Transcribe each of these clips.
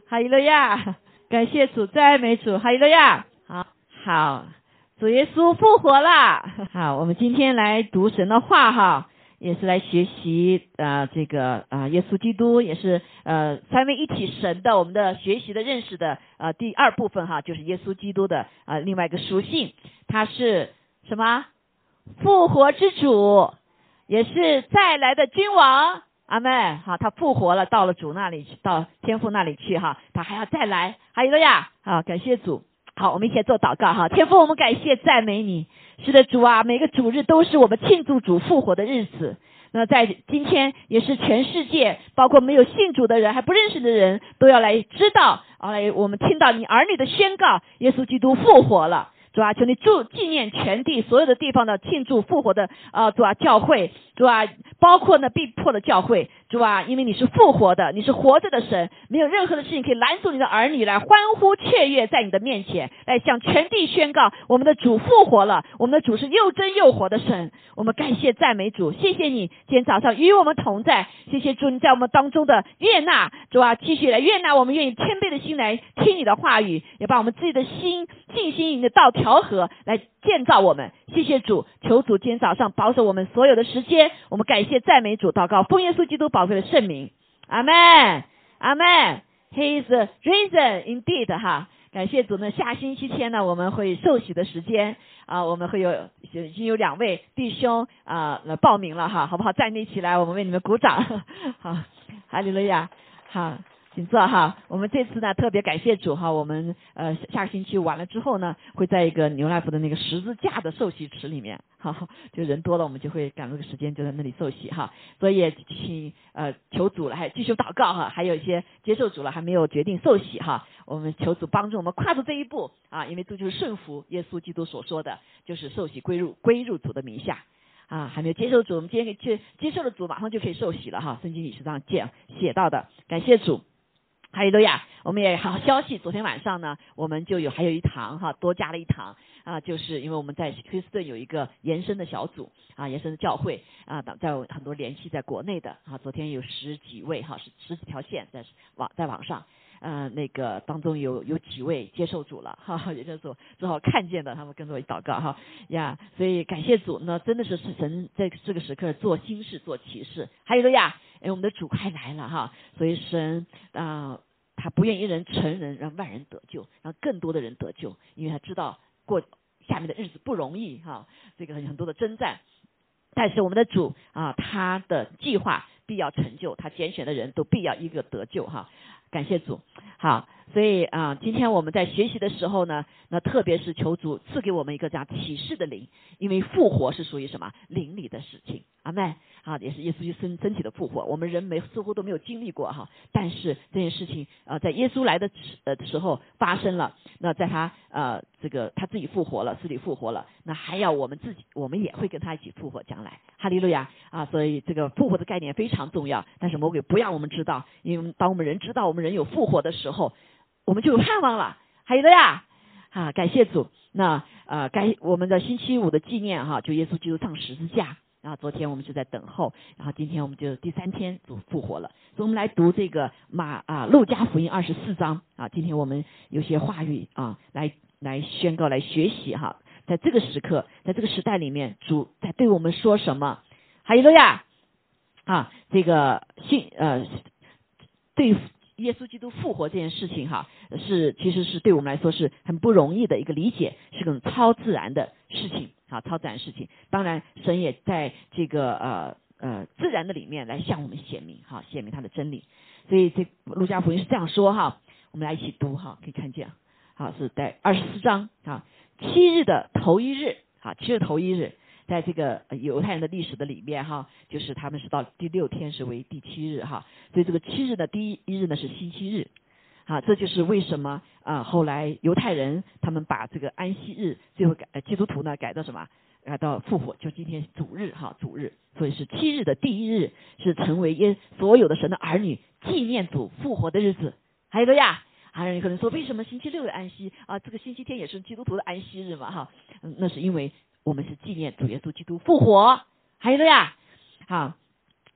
哈利路亚，感谢主，赞美主，哈利路亚。好，主耶稣复活了。好，我们今天来读神的话哈，也是来学习耶稣基督，也是三位一体神的我们的学习的认识的第二部分哈，就是耶稣基督的另外一个属性，他是什么？复活之主，也是再来的君王。阿们。好，他复活了，到了主那里去，到天父那里去哈，他还要再来。哈利路亚。好，感谢主。好，我们一起来做祷告哈。天父，我们感谢赞美你。是的，主啊，每个主日都是我们庆祝主复活的日子。那在今天也是全世界，包括没有信主的人，还不认识的人，都要来知道，来我们听到你儿女的宣告，耶稣基督复活了。主啊，求你纪念全地所有的地方的庆祝复活的主啊教会，主啊，包括呢被迫的教会，主啊，因为你是复活的，你是活着的神，没有任何的事情可以拦阻你的儿女来欢呼雀跃在你的面前，来向全地宣告我们的主复活了，我们的主是又真又活的神。我们感谢赞美主，谢谢你今天早上与我们同在，谢谢主你在我们当中的悦纳，主啊，继续来悦纳我们，愿意谦卑的心来听你的话语，也把我们自己的心尽心你的道调和来建造我们。谢谢主，求主今天早上保守我们所有的时间，我们感谢赞美主，祷告奉耶稣基督宝贵的圣名，阿们，阿们。 He is risen indeed 哈，感谢主呢。下星期天呢，我们会受洗的时间我们会已经有2位弟兄来报名了哈，好不好？站立起来，我们为你们鼓掌。好，哈利路亚。好，请坐哈。我们这次呢特别感谢主哈，我们下个星期完了之后呢，会在一个牛来福的那个十字架的受洗池里面，好，就人多了我们就会赶这个时间就在那里受洗哈。所以请求主来继续祷告哈，还有一些接受主了还没有决定受洗哈，我们求主帮助我们跨出这一步因为这就是顺服耶稣基督所说的，就是受洗归入主的名下。还没有接受主，我们今天可以去接受了主，马上就可以受洗了哈。圣经里是这样写到的，感谢主。哈利路亚。我们也好消息，昨天晚上呢，我们就还有一堂哈，多加了一堂就是因为我们在休斯顿有一个延伸的小组延伸的教会在很多联系在国内的昨天有10几位十几条线在网上。那个当中有几位接受主了也就是说正好看见的，他们跟着我祷告所以感谢主呢，真的是神在这个时刻做新事做奇事。哈利路亚。我们的主快来了所以神他不愿一人成人，让万人得救，让更多的人得救，因为他知道过下面的日子不容易这个很多的征战，但是我们的主他的计划必要成就，他拣选的人都必要一个得救感谢主。好，所以今天我们在学习的时候呢，那特别是求主赐给我们一个这样启示的灵，因为复活是属于什么灵里的事情。阿们。也是耶稣身体的复活，我们人似乎都没有经历过但是这件事情在耶稣来的时候发生了。那在他他自己复活了，死里复活了，那还要我们也会跟他一起复活将来。哈利路亚所以这个复活的概念非常重要，但是魔鬼不让我们知道，因为当我们人知道我们人有复活的时候，我们就有盼望了。哈利路亚。感谢主。那我们的星期五的纪念就耶稣基督上十字架。昨天我们是在等候，然后今天我们就第3天主复活了。所以我们来读这个路加福音24章今天我们有些话语来宣告来学习在这个时刻，在这个时代里面，主在对我们说什么？哈利路亚。这个对耶稣基督复活这件事情其实是对我们来说是很不容易的一个理解，是个超自然的事情超自然的事情。当然神也在这个自然的里面来向我们显明显明他的真理。所以这路加福音是这样说我们来一起读可以看见是在24章7日的头一日7日头一日，在这个犹太人的历史的里面就是他们是到第6天是为第7日所以这个7日的第一日呢是星期日这就是为什么后来犹太人他们把这个安息日最后基督徒呢改到什么？改到复活，就今天主日主日，所以是7日的第一日，是成为所有的神的儿女纪念主复活的日子。哈利路亚。你可能说为什么星期6的安息这个星期天也是基督徒的安息日嘛那是因为我们是纪念主耶稣基督复活。哈利路亚。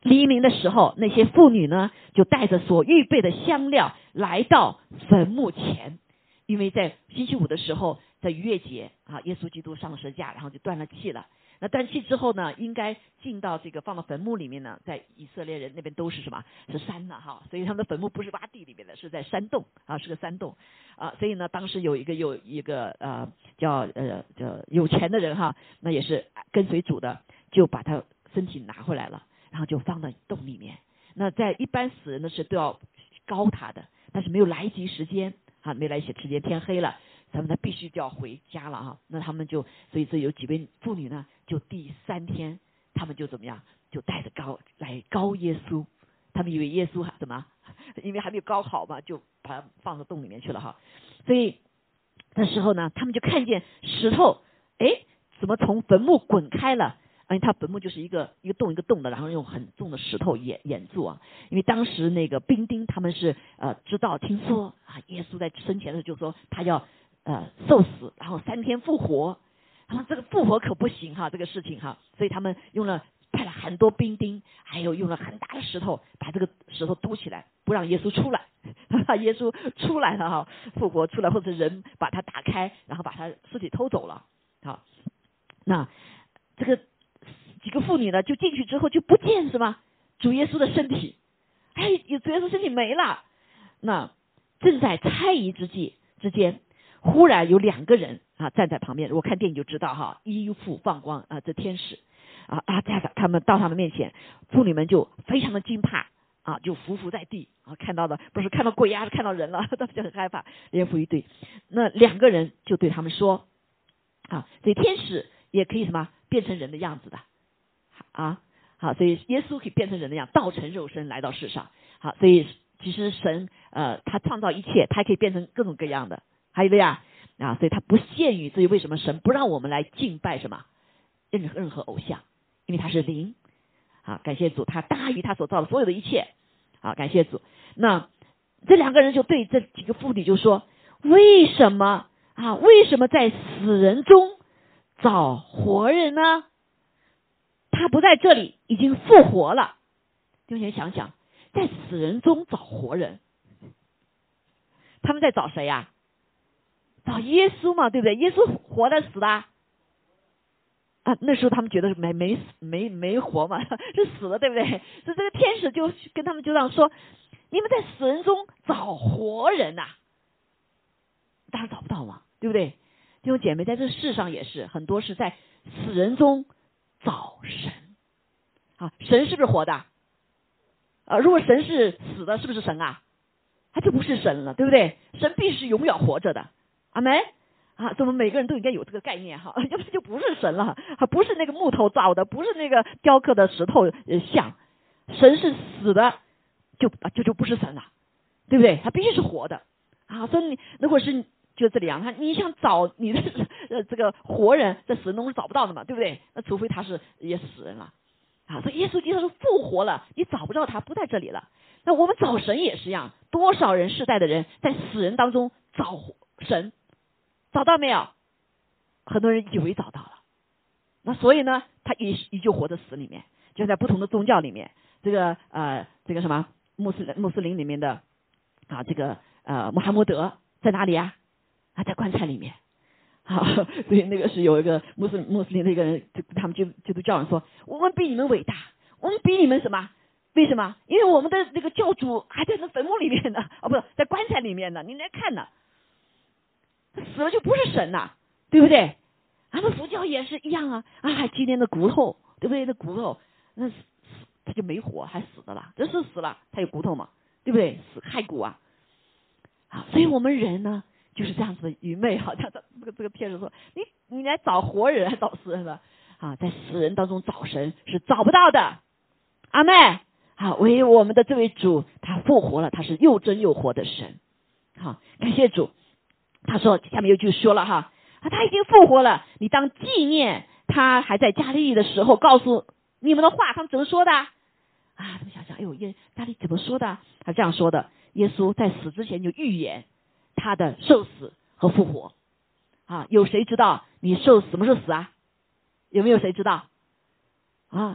黎明的时候，那些妇女呢就带着所预备的香料来到坟墓前，因为在星期五的时候，在逾越节耶稣基督上了十字架，然后就断了气了。那断气之后呢，应该进到这个放到坟墓里面呢，在以色列人那边都是什么？是山呢所以他们的坟墓不是洼地里面的，是在山洞是个山洞所以呢，当时有一个叫有钱的人那也是跟随主的，就把他身体拿回来了，然后就放在洞里面。那在一般死人的时候都要高他的，但是没有来及时间没来及时间，天黑了。他们必须就要回家了那他们就，所以这有几位妇女呢，就第3天，他们就怎么样，就带着来膏耶稣。他们以为耶稣怎么，因为还没有膏好嘛，就把他放到洞里面去了所以那时候呢，他们就看见石头，怎么从坟墓滚开了？他坟墓就是一个洞一个洞的，然后用很重的石头掩住因为当时那个兵丁他们是知道听说耶稣在生前的时候就说他要受死，然后3天复活。然后这个复活可不行这个事情所以他们派了很多兵丁，还有用了很大的石头把这个石头堵起来，不让耶稣出来。怕耶稣出来了复活出来，或者人把他打开，然后把他尸体偷走了那这个几个妇女呢，就进去之后就不见什么主耶稣的身体，主耶稣身体没了。那正在猜疑之间，忽然有2个人站在旁边，如果看电影就知道衣服放光这天使他们到他们面前，妇女们就非常的惊怕就伏在地看到的不是看到鬼是看到人了，他们就很害怕，连伏一对。那2个人就对他们说所以天使也可以什么变成人的样子的所以耶稣可以变成人的样子，道成肉身来到世上所以其实神他创造一切，他还可以变成各种各样的，还有的呀所以他不限于，所以为什么神不让我们来敬拜什么任何偶像？因为他是灵感谢主，他大于他所造的所有的一切感谢主。那这2个人就对这几个妇女就说，为什么在死人中找活人呢？他不在这里，已经复活了。弟兄姐妹想想，在死人中找活人，他们在找谁呀？找耶稣嘛，对不对？耶稣活的死的那时候他们觉得没活嘛，是死了，对不对？所以这个天使就跟他们就这样说，你们在死人中找活人当然找不到嘛，对不对？弟兄姐妹，在这世上也是很多是在死人中找神神是不是活的如果神是死的，是不是神他就不是神了，对不对？神必是永远活着的，阿们所以我们每个人都应该有这个概念要不就不是神了不是那个木头造的，不是那个雕刻的石头像，神是死的就不是神了，对不对？他必须是活的所以你如果是就这里你想找你的这个活人，在死人中是找不到的嘛，对不对？那除非他是也死人了所以耶稣基督是复活了，你找不到他，不在这里了。那我们找神也是一样，多少人世代的人在死人当中找神，找到没有？很多人以为找到了，那所以呢，他依旧活在死里面，就在不同的宗教里面，这个什么穆斯林里面的这个穆罕默德在哪里在棺材里面所以那个是有一个穆斯林的一个人，他们就叫人说，我们比你们伟大，我们比你们什么？为什么？因为我们的那个教主还在那坟墓里面呢不是在棺材里面呢，你来看呢，他死了就不是神对不对？那佛教也是一样今天的骨头，对不对？那骨头那他就没活，还死的了，这是死了，他有骨头嘛，对不对？骸骨所以我们人呢就是这样子的愚昧这个天使说，你来找活人还找死人了在死人当中找神是找不到的，阿们唯有我们的这位主他复活了，他是又真又活的神感谢主。他说下面又就说了他已经复活了，你当纪念他还在加利利的时候告诉你们的话。他们怎么说的他们想想，加利利怎么说的？他这样说的，耶稣在死之前就预言他的受死和复活有谁知道你受什么时候死有没有谁知道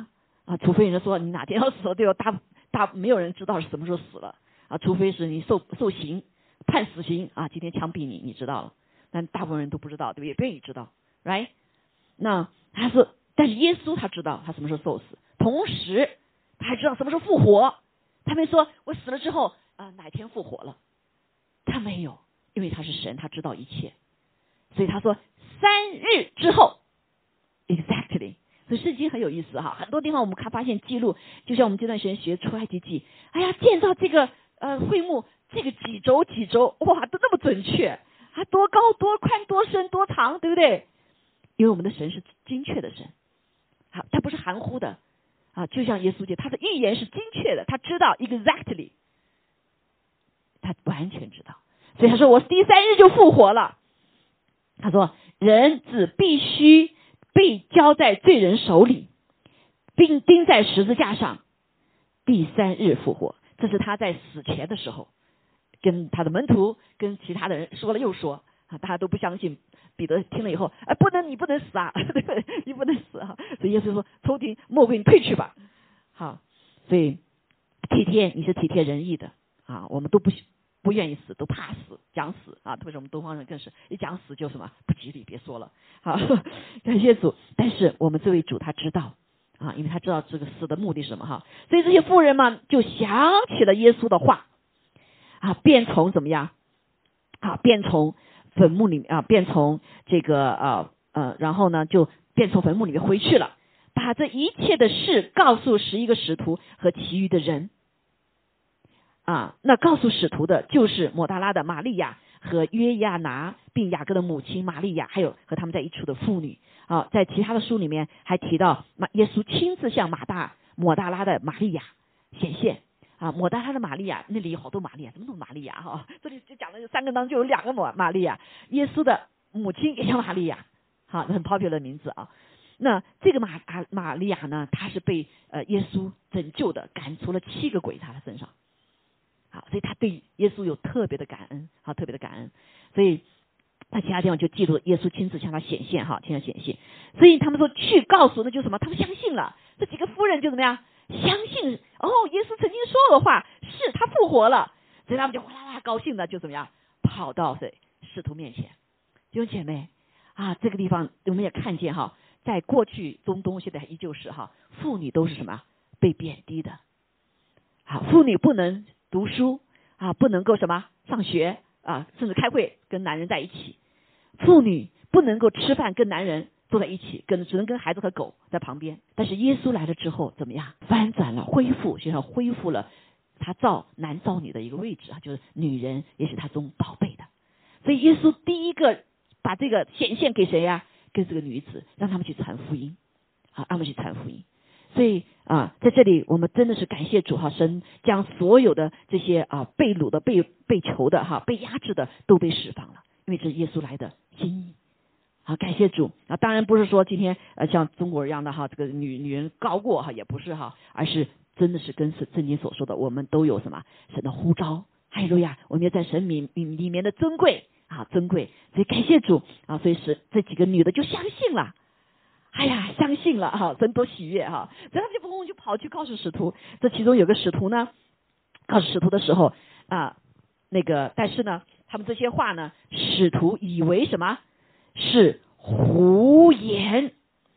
啊，除非人说你哪天要死了，对吧？没有人知道是什么时候死了啊，除非是你受刑判死刑啊，今天枪毙你知道了，但大部分人都不知道，对不对？也不愿意知道 ，right？ 那但是耶稣他知道他什么时候受死，同时他还知道什么时候复活。他没说我死了之后哪天复活了，他没有，因为他是神，他知道一切，所以他说3日之后 ，exactly。所以圣经很有意思哈，很多地方我们发现记录，就像我们这段时间学出埃及记，哎呀，建造这个会幕，这个几轴，哇，都那么准确，啊，多高多宽多深多长，对不对？因为我们的神是精确的神，好，他不是含糊的啊，就像耶稣他的预言是精确的，他知道 exactly， 他完全知道，所以他说我第3日就复活了。他说人子必须被交在罪人手里，并钉在十字架上，第3日复活。这是他在死前的时候跟他的门徒跟其他的人说了又说啊，大家都不相信。彼得听了以后，你不能死啊你不能死啊，所以耶稣说仇敌魔鬼你退去吧。好，所以你是体贴仁义的啊，我们都不愿意死，都怕死，讲死啊，特别是我们东方人更是一讲死就什么不吉利，别说了。好，感谢主。但是我们这位主他知道啊，因为他知道这个死的目的是什么哈，所以这些妇人嘛就想起了耶稣的话啊，便从怎么样啊，便从坟墓里面啊，便从这个然后呢就便从坟墓里面回去了，把这一切的事告诉11个使徒和其余的人啊。那告诉使徒的就是抹大拉的玛利亚和约亚拿，并雅各的母亲玛利亚，还有和他们在一处的妇女啊。在其他的书里面还提到耶稣亲自向抹大拉的玛利亚显现啊。抹大拉的玛利亚那里有好多玛利亚，怎么弄玛利亚哈？这里就讲了3个当中就有2个玛利亚，耶稣的母亲也叫玛利亚，好，很 popular 的名字啊。那这个玛利亚呢，她是被耶稣拯救的，赶出了7个鬼在她身上。好，所以他对耶稣有特别的感恩，好，特别的感恩。所以在其他地方就记录耶稣亲自向他显现，哈，亲自显现。所以他们说去告诉，那就是什么？他们相信了。这几个夫人就怎么样？相信耶稣曾经说的话，是他复活了，所以他们就哗啦啦高兴的就怎么样？跑到使徒面前。弟兄姐妹啊，这个地方我们也看见哈，在过去中东，现在依旧是哈，妇女都是什么？被贬低的。好，妇女不能读书啊，不能够什么上学啊，甚至开会跟男人在一起。妇女不能够吃饭跟男人坐在一起，只能跟孩子和狗在旁边。但是耶稣来了之后怎么样？翻转了，实际上恢复了他男造女的一个位置啊，就是女人也是他中宝贝的。所以耶稣第一个把这个显现给谁呀？跟这个女子，让他们去传福音啊，让他们去传福音。所以在这里我们真的是感谢主哈，神将所有的这些被掳的、被囚的哈、被压制的都被释放了，因为这是耶稣来的心意。好，感谢主啊！当然不是说今天像中国人一样的哈，这个女人高过哈，也不是哈，而是真的是跟圣经所说的，我们都有什么神的呼召，哈利路亚！我们要在神里面的尊贵啊，尊贵。所以感谢主啊！所以是这几个女的就相信了。哎呀，相信了哈，真多喜悦哈！然后他们就就跑去告诉使徒。这其中有个使徒呢，告诉使徒的时候但是呢，他们这些话呢，使徒以为什么是胡言？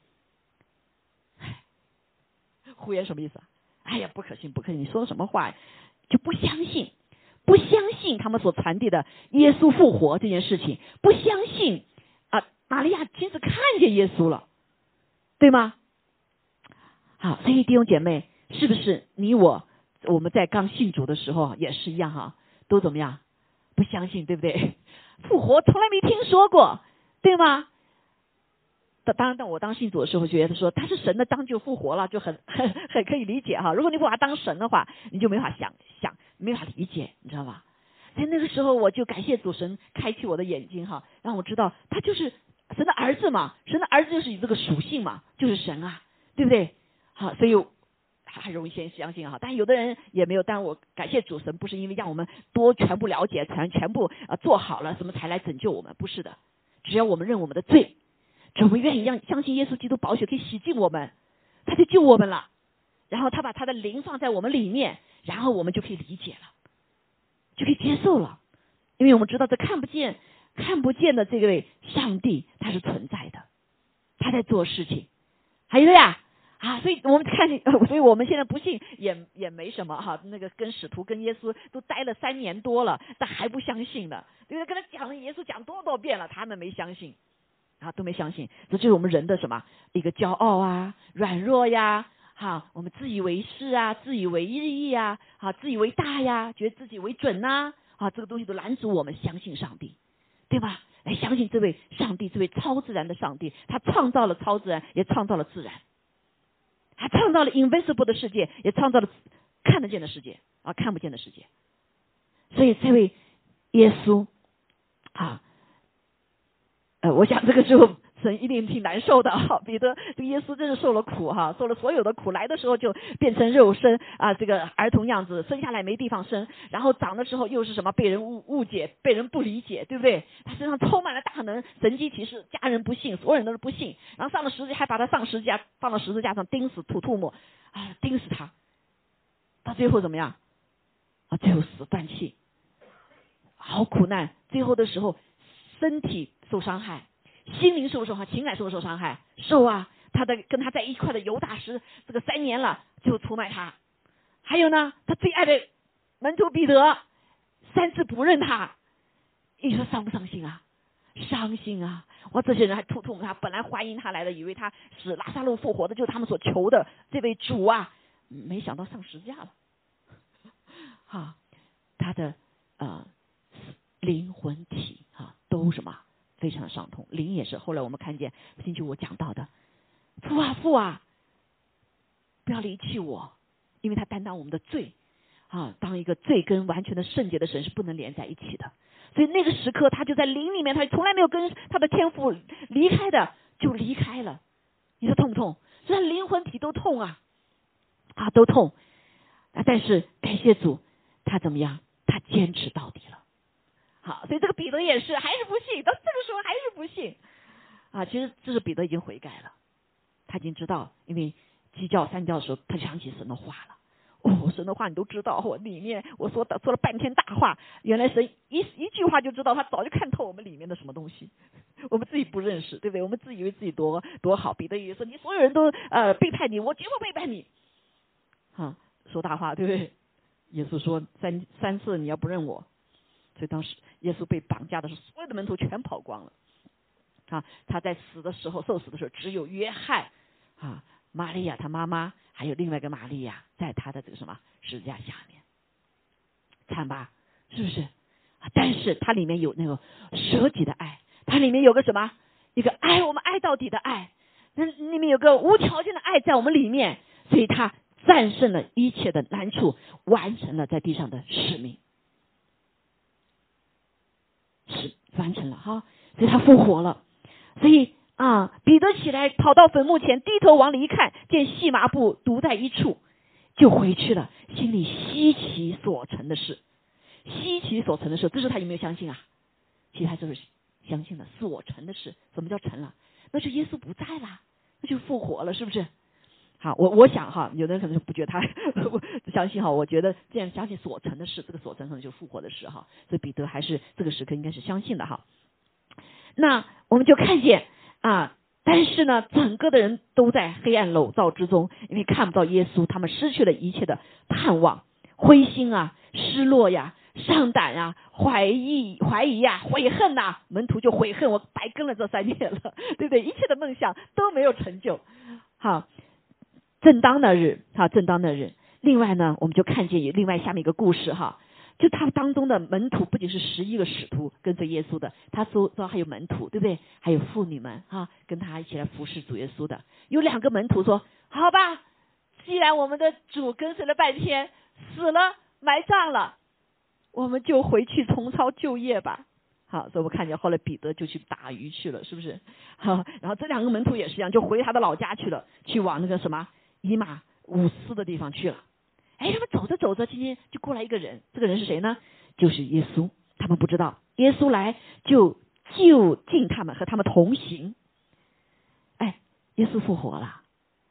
胡言什么意思啊？哎呀，不可信，你说什么话就不相信他们所传递的耶稣复活这件事情，不相信玛利亚亲自看见耶稣了。对吗？好，所以弟兄姐妹，是不是我们在刚信主的时候也是一样哈，都怎么样？不相信，对不对？复活从来没听说过，对吗？当然，我当信主的时候觉得说他是神的，当就复活了，就很可以理解哈。如果你不把他当神的话，你就没法想，没法理解，你知道吧？在那个时候，我就感谢主神开启我的眼睛哈，让我知道他就是神的儿子嘛，神的儿子就是以这个属性嘛，就是神啊，对不对？好，所以还容易先相信哈。但有的人也没有，但我感谢主神，不是因为让我们全部了解，全部做好了什么才来拯救我们，不是的。只要我们认我们的罪，只要我们愿意相信耶稣基督宝血可以洗净我们，他就救我们了。 然后他把他的灵放在我们里面，然后我们就可以理解了，就可以接受了，因为我们知道这看不见的这位上帝他是存在的，他在做事情，还有呀所以我们看见，所以我们现在不信也没什么哈。那个跟使徒跟耶稣都待了3年多了，但还不相信的，对不对？跟他讲了耶稣讲多遍了，他们没相信都没相信。这就是我们人的什么一个骄傲啊、软弱呀，我们自以为是啊、自以为意啊、自以为大呀，觉得自己为准呐，这个东西都拦阻我们相信上帝，对吧？来相信这位上帝，这位超自然的上帝，他创造了超自然，也创造了自然，还创造了 invisible 的世界，也创造了看得见的世界看不见的世界。所以这位耶稣我想这个时候神一定挺难受的彼得这个耶稣真是受了苦受了所有的苦，来的时候就变成肉身这个儿童样子，生下来没地方生，然后长的时候又是什么被人误解，被人不理解，对不对？他身上充满了大能，神迹奇事，家人不信，所有人都是不信，然后上了十字架，还把他放到十字架上钉死，吐沫钉死他，到最后怎么样最后死断气，好苦难，最后的时候身体受伤害，心灵受伤害，情感受伤害，他的跟他在一块的犹大师这个3年了，最后出卖他。还有呢，他最爱的门徒彼得3次不认他，你说伤不伤心啊？伤心啊！这些人还吐他，本来欢迎他来的，以为他是拉撒路复活的，就是他们所求的这位主没想到上十字架了。他的灵魂体都什么非常的伤痛，灵也是。后来我们看见星期五讲到的，父啊，不要离弃我，因为他担当我们的罪当一个罪跟完全的圣洁的神是不能连在一起的。所以那个时刻他就在灵里面，他从来没有跟他的天父离开的，就离开了。你说痛不痛？所以他灵魂体都痛都痛但是感谢主，他怎么样？他坚持到底了。所以这个彼得也是还是不信，到这个时候还是不信其实这是彼得已经悔改了，他已经知道，因为鸡叫3叫的时候，他想起神的话了。神的话你都知道，我里面我说了半天大话，原来神一句话就知道，他早就看透我们里面的什么东西，我们自己不认识，对不对？我们自以为自己多好。彼得也说，你所有人都背叛你，我绝不背叛你说大话，对不对？耶稣说三次你要不认我。所以当时耶稣被绑架的时候，所有的门徒全跑光了他在受死的时候，只有约翰玛利亚他妈妈还有另外一个玛利亚在他的这个什么十字架下面，惨吧，是不是但是它里面有那个舍己的爱，它里面有个什么，一个爱我们爱到底的爱，那里面有个无条件的爱在我们里面，所以他战胜了一切的难处，完成了在地上的使命，是完成了所以他复活了。所以彼得起来跑到坟墓前，低头往里一看，见细麻布独在一处，就回去了，心里稀奇所成的事。这是他有没有相信其实他就是相信了所成的事。什么叫成了？那就耶稣不在了，那就复活了，是不是？我想有的人可能不觉得他相信我觉得这样相信所成的事，这个所成可能就复活的事所以彼得还是这个时刻应该是相信的那我们就看见但是呢，整个的人都在黑暗笼罩之中，因为看不到耶稣，他们失去了一切的盼望，灰心失落上胆怀疑悔恨门徒就悔恨，我白跟了这3年了，对不对？一切的梦想都没有成就。正当的日。另外呢，我们就看见有另外下面一个故事就他当中的门徒不仅是11个使徒跟随耶稣的，他说还有门徒，对不对？还有妇女们跟他一起来服侍主耶稣的。有2个门徒说，好吧，既然我们的主跟随了半天，死了埋葬了，我们就回去重操旧业吧。所以我们看见后来彼得就去打鱼去了，是不是？然后这2个门徒也是一样，就回他的老家去了，去往那个什么以马忤斯的地方去了。他们走着走着，今天就过来一个人，这个人是谁呢？就是耶稣。他们不知道，耶稣来就近他们，和他们同行。耶稣复活了，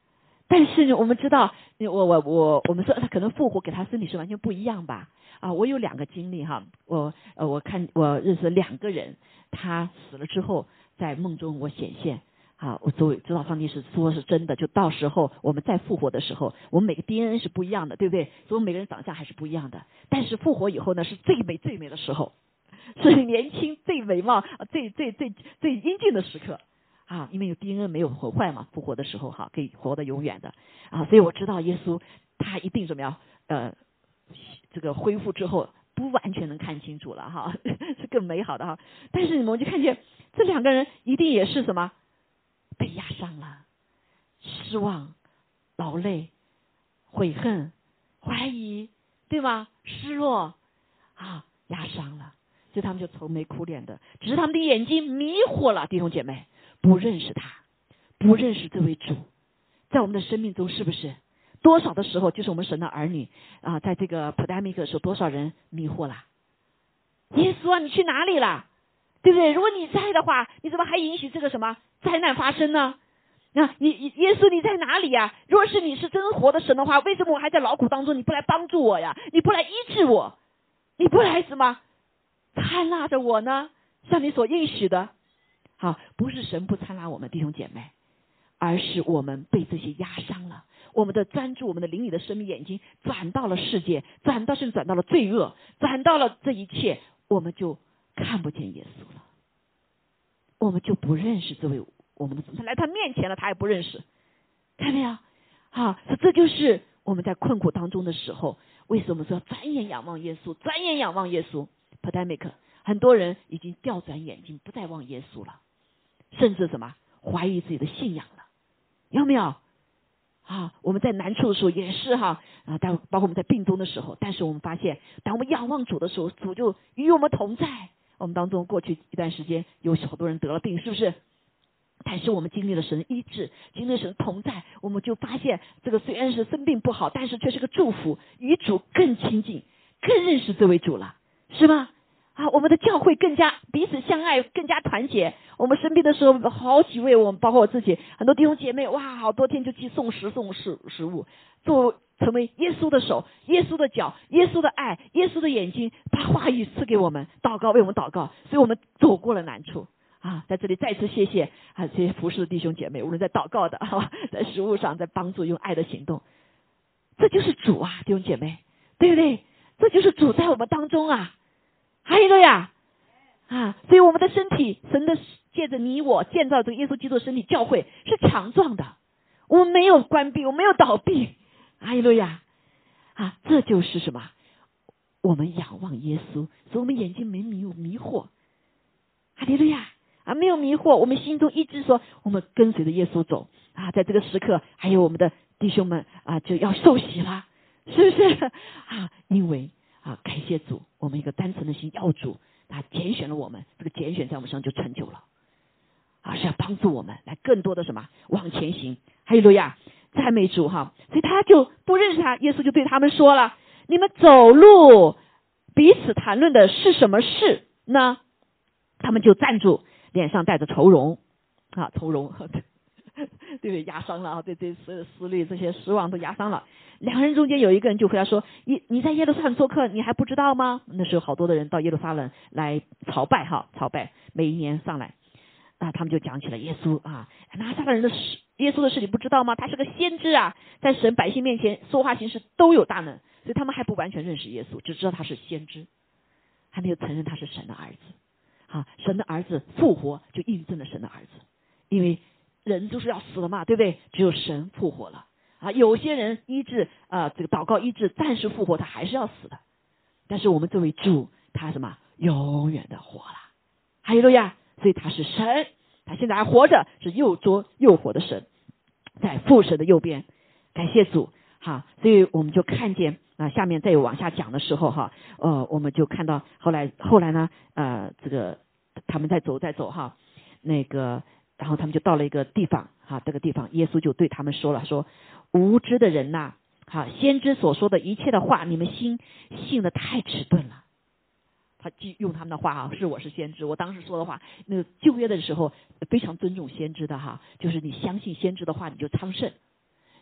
但是呢，我们知道，我们说他可能复活给他身体是完全不一样吧？我有2个经历哈，我认识2个人，他死了之后在梦中我显现。我作为知道上帝是说是真的，就到时候我们再复活的时候，我们每个 DNA 是不一样的，对不对？所以我们每个人长相还是不一样的。但是复活以后呢，是最美最美的时候，是年轻最美貌、最英俊的时刻。因为有 DNA 没有毁坏嘛，复活的时候可以活得永远的所以我知道耶稣他一定怎么样这个恢复之后不完全能看清楚了是更美好的但是我们就看见这2个人一定也是什么被压伤了，失望、劳累、悔恨、怀疑，对吗？失落压伤了，所以他们就愁眉苦脸的，只是他们的眼睛迷惑了，弟兄姐妹。不认识他，不认识这位主，在我们的生命中是不是多少的时候，就是我们神的儿女在这个 pandemic 的时候，多少人迷惑了？耶稣你去哪里了？对不对？如果你在的话，你怎么还允许这个什么灾难发生呢？耶稣你在哪里呀？若是你是真活的神的话，为什么我还在劳苦当中？你不来帮助我呀？你不来医治我？你不来什么参纳着我呢？像你所应许的。不是神不参纳我们弟兄姐妹，而是我们被这些压伤了，我们的专注，我们的灵里的生命眼睛转到了世界，甚至转到了罪恶，转到了这一切，我们就看不见耶稣了，我们就不认识这位我们的主，他来他面前了，他也不认识，看到没有？这就是我们在困苦当中的时候，为什么说转眼仰望耶稣，转眼仰望耶稣 pandemic 很多人已经调转眼睛，不再望耶稣了，甚至什么怀疑自己的信仰了，有没有？我们在难处的时候也是但包括我们在病中的时候，但是我们发现，当我们仰望主的时候，主就与我们同在。我们当中过去一段时间有好多人得了病，是不是？但是我们经历了神医治，经历了神同在，我们就发现这个虽然是生病不好，但是却是个祝福，与主更亲近，更认识这位主了，是吗？我们的教会更加彼此相爱，更加团结。我们生病的时候，好几位我们包括我自己，很多弟兄姐妹，好多天就去送食物，成为耶稣的手、耶稣的脚、耶稣的爱、耶稣的眼睛，把话语赐给我们，祷告为我们祷告，所以我们走过了难处在这里再次谢谢这些服侍的弟兄姐妹，无论在祷告的在食物上，在帮助用爱的行动，这就是主弟兄姐妹，对不对？这就是主在我们当中哈利路亚所以我们的身体，神的借着你我建造这个耶稣基督的身体教会是强壮的，我们没有关闭，我们没有倒闭，哈利路亚这就是什么？我们仰望耶稣，所以我们眼睛没有迷惑，哈利路亚没有迷惑，我们心中一直说我们跟随着耶稣走在这个时刻，还有我们的弟兄们就要受洗了，是不是因为感谢主，我们一个单纯的心要主拣选了我们，这个拣选在我们身上就成就了是要帮助我们来更多的什么往前行，哈利路亚，赞美主所以他就不认识他，耶稣就对他们说了，你们走路彼此谈论的是什么事呢？他们就站住，脸上带着愁容愁容对不对？压伤了对所有的思虑这些失望都压伤了。2个人中间有一个人就回答说，你在耶路撒冷做客，你还不知道吗？那时候好多的人到耶路撒冷来朝拜，每一年上来他们就讲起了耶稣拿撒勒人的耶稣的事你不知道吗？他是个先知在神百姓面前说话行事都有大能，所以他们还不完全认识耶稣，只知道他是先知，还没有承认他是神的儿子神的儿子复活就印证了神的儿子，因为人就是要死了嘛，对不对？只有神复活了有些人医治这个祷告医治暂时复活，他还是要死的，但是我们这位主他什么永远的活了，哈利路亚，所以他是神，他现在还活着，是又作又活的神，在父神的右边，感谢主所以我们就看见下面再有往下讲的时候我们就看到后来呢这个他们在走那个然后他们就到了一个地方这个地方耶稣就对他们说了，说无知的人先知所说的一切的话，你们信的太迟钝了。他用他们的话我是先知，我当时说的话，那个旧约的时候非常尊重先知的就是你相信先知的话你就昌盛，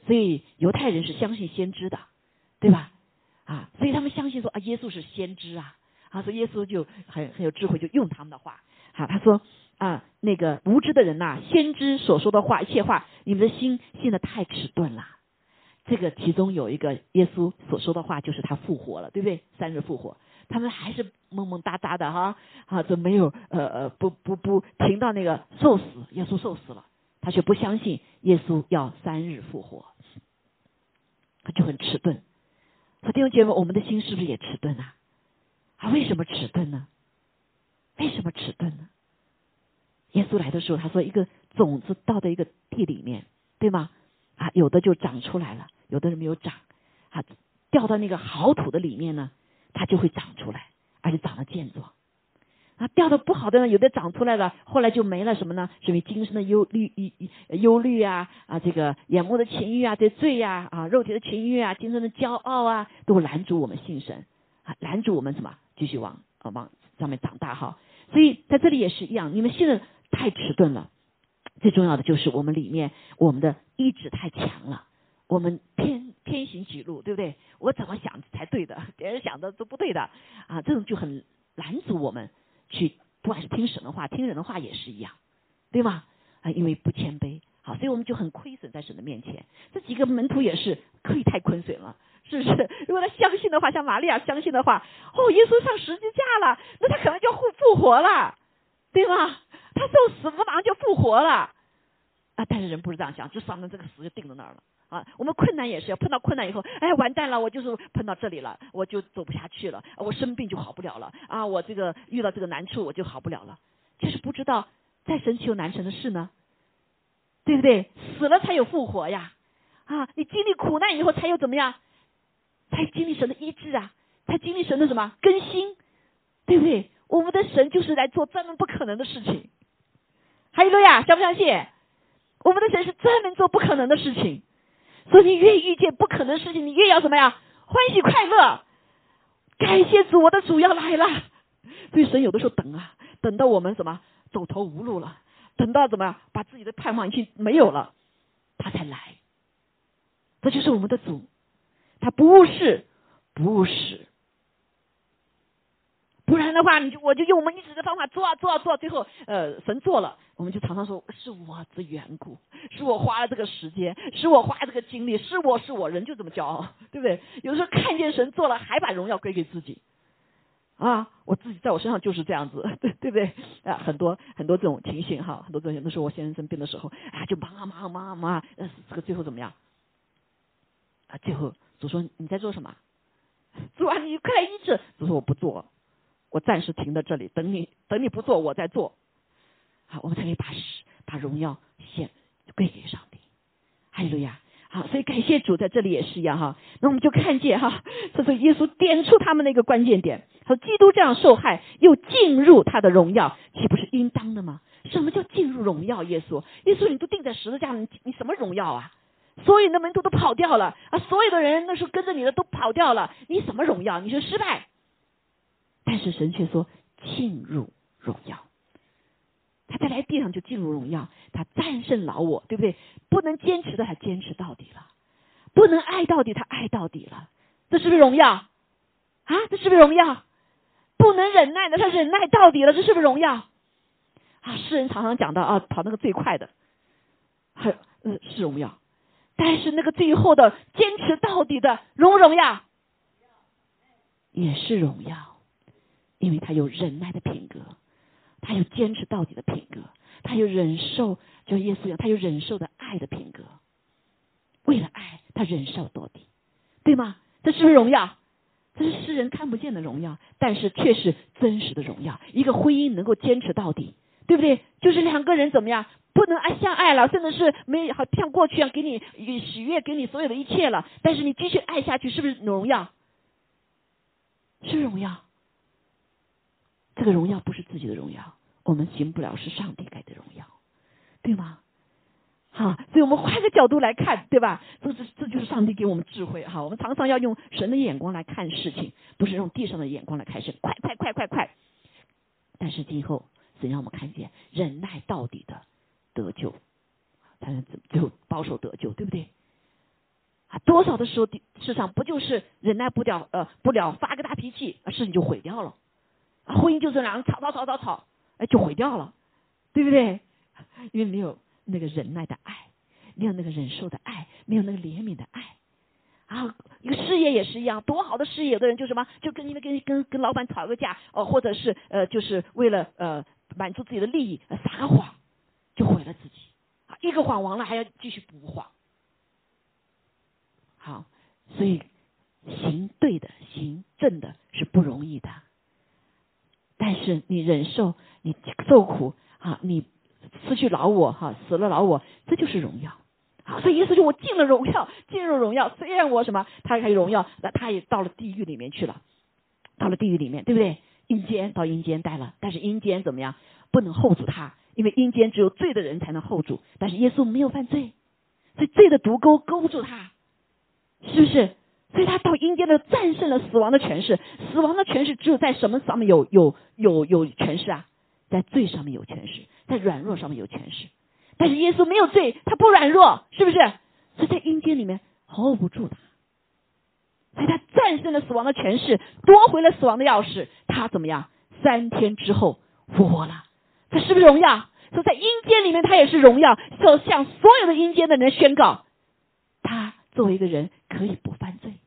所以犹太人是相信先知的，对吧？所以他们相信说耶稣是先知所以耶稣就很有智慧，就用他们的话他说那个无知的人先知所说的话一切话，你们的心信得太迟钝了。这个其中有一个耶稣所说的话，就是他复活了，对不对？3日复活，他们还是蒙蒙哒哒的这没有不停到那个受死，耶稣受死了，他却不相信耶稣要3日复活，他就很迟钝。所以弟兄姐妹，我们的心是不是也迟钝为什么迟钝呢？为什么迟钝呢？耶稣来的时候，他说一个种子到的一个地里面，对吗？有的就长出来了，有的人没有长掉到那个好土的里面呢，它就会长出来，而且长得健壮。掉的不好的呢，有的长出来了，后来就没了什么呢？是因为今生的忧虑这个眼目的情欲这罪肉体的情欲今生的骄傲都拦阻我们信神拦阻我们什么继续往上面长大所以在这里也是一样，你们信的太迟钝了。最重要的就是我们里面我们的意志太强了，我们偏行己路，对不对？我怎么想才对的，别人想的都不对的这种就很拦阻我们去，不管是听神的话听人的话也是一样，对吗？因为不谦卑所以我们就很亏损在神的面前。这几个门徒也是可以太亏损了，是不是？如果他相信的话，像玛利亚相信的话，耶稣上十字架了，那他可能就复活了，对吗？他受死马上就复活了但是人不是这样想，就上面这个死就定在那儿了我们困难也是要碰到困难以后，完蛋了，我就是碰到这里了，我就走不下去了我生病就好不了了我这个遇到这个难处我就好不了了，就是不知道再神奇有难成的事呢，对不对？死了才有复活呀你经历苦难以后才有怎么样，才经历神的医治才经历神的什么更新，对不对？我们的神就是来做专门不可能的事情。哈利路亚，相不相信？我们的神是专门做不可能的事情，所以你越遇见不可能的事情，你越要什么呀？欢喜快乐，感谢主，我的主要来了。所以神有的时候等到我们什么走投无路了，等到怎么样把自己的盼望已经没有了，他才来。这就是我们的主，他不误事不误时。不然的话我就用我们一直的方法做最后神做了，我们就常常说是我的缘故，是我花了这个时间，是我花了这个精力，是我人就这么骄傲，对不对？有的时候看见神做了还把荣耀归给自己我自己在我身上就是这样子，对不对很多这种情形很多这种，有的时候我先生生病的时候就忙这个最后怎么样最后主说你在做什么？主你快来医治。主说我不做，我暂时停在这里，等你不做我再做我们才可以把荣耀献归给上帝。哈利路亚。所以感谢主，在这里也是一样那我们就看见这是耶稣点出他们的一个关键点，说基督这样受害又进入他的荣耀，岂不是应当的吗？什么叫进入荣耀？耶稣你都钉在十字架上，你什么荣耀所有的门徒都跑掉了所有的人那时候跟着你的都跑掉了，你什么荣耀？你是失败。但是神却说进入荣耀，他在来地上就进入荣耀，他战胜老我，对不对？不能坚持的他坚持到底了，不能爱到底他爱到底了，这是不是荣耀这是不是荣耀？不能忍耐的他忍耐到底了，这是不是荣耀诗人常常讲到跑那个最快的是荣耀，但是那个最后的坚持到底的荣耀也是荣耀，因为他有忍耐的品格，他有坚持到底的品格，他有忍受，就耶稣一样，他有忍受的爱的品格，为了爱他忍受到底，对吗？这是不是荣耀？这是世人看不见的荣耀，但是却是真实的荣耀。一个婚姻能够坚持到底，对不对？就是两个人怎么样不能相爱了，甚至是没好像过去给你喜悦，给你所有的一切了，但是你继续爱下去，是不是荣耀？是荣耀。这个荣耀不是自己的荣耀，我们行不了，是上帝给的荣耀，对吗？所以我们换个角度来看，对吧？这就是上帝给我们智慧我们常常要用神的眼光来看事情，不是用地上的眼光来看事，快。但是今后神让我们看见忍耐到底的得救，才能最后保守得救，对不对？ 多少的时候市场不就是忍耐不了发个大脾气，事情就毁掉了。婚姻就是两人吵，就毁掉了，对不对？因为没有那个忍耐的爱，没有那个忍受的爱，没有那个怜悯的爱。一个事业也是一样，多好的事业，有的人就什么，就因为跟老板吵个架，或者是就是为了满足自己的利益，撒个谎，就毁了自己。一个谎完了还要继续补谎。好，所以行对的、行正的是不容易的，但是你忍受，你受苦你失去老我死了老我，这就是荣耀。所以耶稣说我进了荣耀，虽然我什么，他还有荣耀，那他也到了地狱里面去了，对不对？到阴间待了，但是阴间怎么样？不能 hold 住他，因为阴间只有罪的人才能 hold 住，但是耶稣没有犯罪，所以罪的毒钩勾不住他，是不是？所以他到阴间的战胜了死亡的权势。死亡的权势只有在什么上面有权势啊？在罪上面有权势，在软弱上面有权势。但是耶稣没有罪，他不软弱，是不是？所以在阴间里面 hold 不住他，所以他战胜了死亡的权势，夺回了死亡的钥匙。他怎么样？3天之后复活了，这是不是荣耀？所以在阴间里面他也是荣耀，就向所有的阴间的人宣告，他作为一个人可以不犯罪，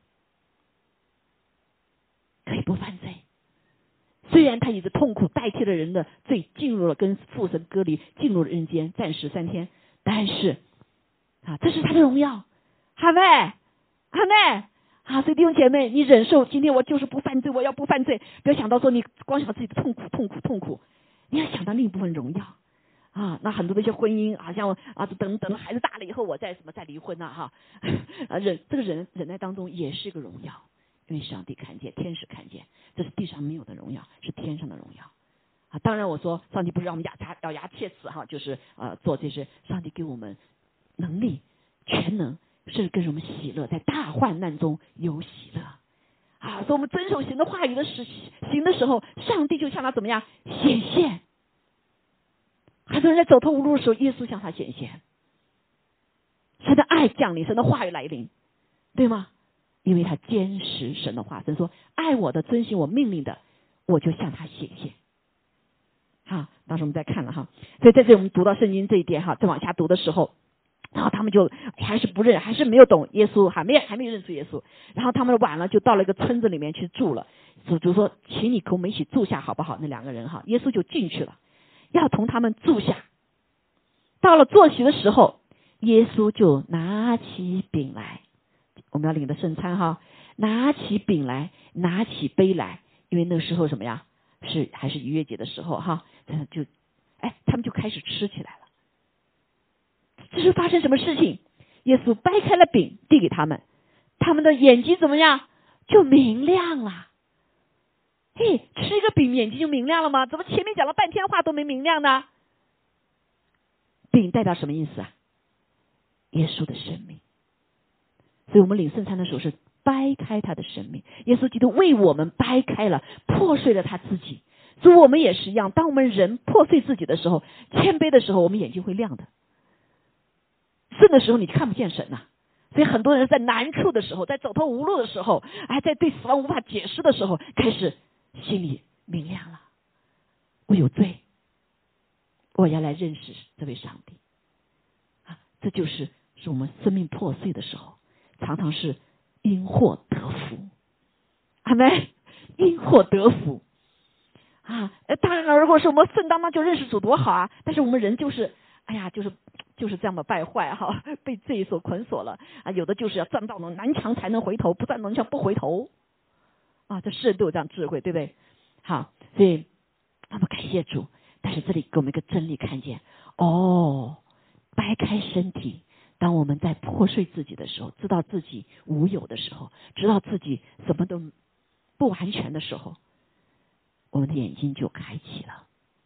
虽然他以着痛苦代替了人的罪，进入了跟父神隔离，进入了人间，暂时3天，但是这是他的荣耀。阿妹所以弟兄姐妹，你忍受今天我就是不犯罪，我要不犯罪，不要想到说你光想自己的痛苦，你要想到另一部分荣耀那很多的一些婚姻好像等孩子大了以后我再离婚这个忍耐当中也是一个荣耀，因为上帝看见，天使看见，这是地上没有的荣耀，是天上的荣耀当然我说上帝不是让我们咬牙切齿就是做这些，上帝给我们能力全能，是跟我们喜乐，在大患难中有喜乐所以我们遵守神的话语行的时候，上帝就向他怎么样显现。很多人在走投无路的时候，耶稣向他显现，神的爱降临，神的话语来临，对吗？因为他坚持神的话，神说爱我的遵行我命令的，我就向他显现。当时我们在看了所以在这里我们读到圣经这一点再往下读的时候，然后他们就还是不认，还是没有懂耶稣，还没有认出耶稣。然后他们晚了就到了一个村子里面去住了，主说请你跟我们一起住下好不好？那2个人耶稣就进去了，要同他们住下。到了坐席的时候，耶稣就拿起饼来，我们要领的圣餐拿起饼来，拿起杯来，因为那个时候什么呀？还是逾越节的时候他们就开始吃起来了。这是发生什么事情？耶稣掰开了饼递给他们，他们的眼睛怎么样？就明亮了。吃一个饼眼睛就明亮了吗？怎么前面讲了半天话都没明亮呢？饼代表什么意思耶稣的生命。所以我们领圣餐的时候是掰开他的生命，耶稣基督为我们掰开了，破碎了他自己。所以我们也是一样，当我们人破碎自己的时候，谦卑的时候，我们眼睛会亮的。顺的时候你看不见神所以很多人在难处的时候，在走投无路的时候，在对死亡无法解释的时候，开始心里明亮了，我有罪，我要来认识这位上帝这就是我们生命破碎的时候，常常是因祸得福。阿们，因祸得福当然如果是我们顺当就认识主多好但是我们人就是就是这样的败坏被罪所捆锁了有的就是要站到南墙才能回头，不站南墙不回头这世人都有这样智慧，对不对？好，所以我们感谢主。但是这里给我们一个真理看见掰开身体，当我们在破碎自己的时候，知道自己无有的时候，知道自己什么都不完全的时候，我们的眼睛就开启了。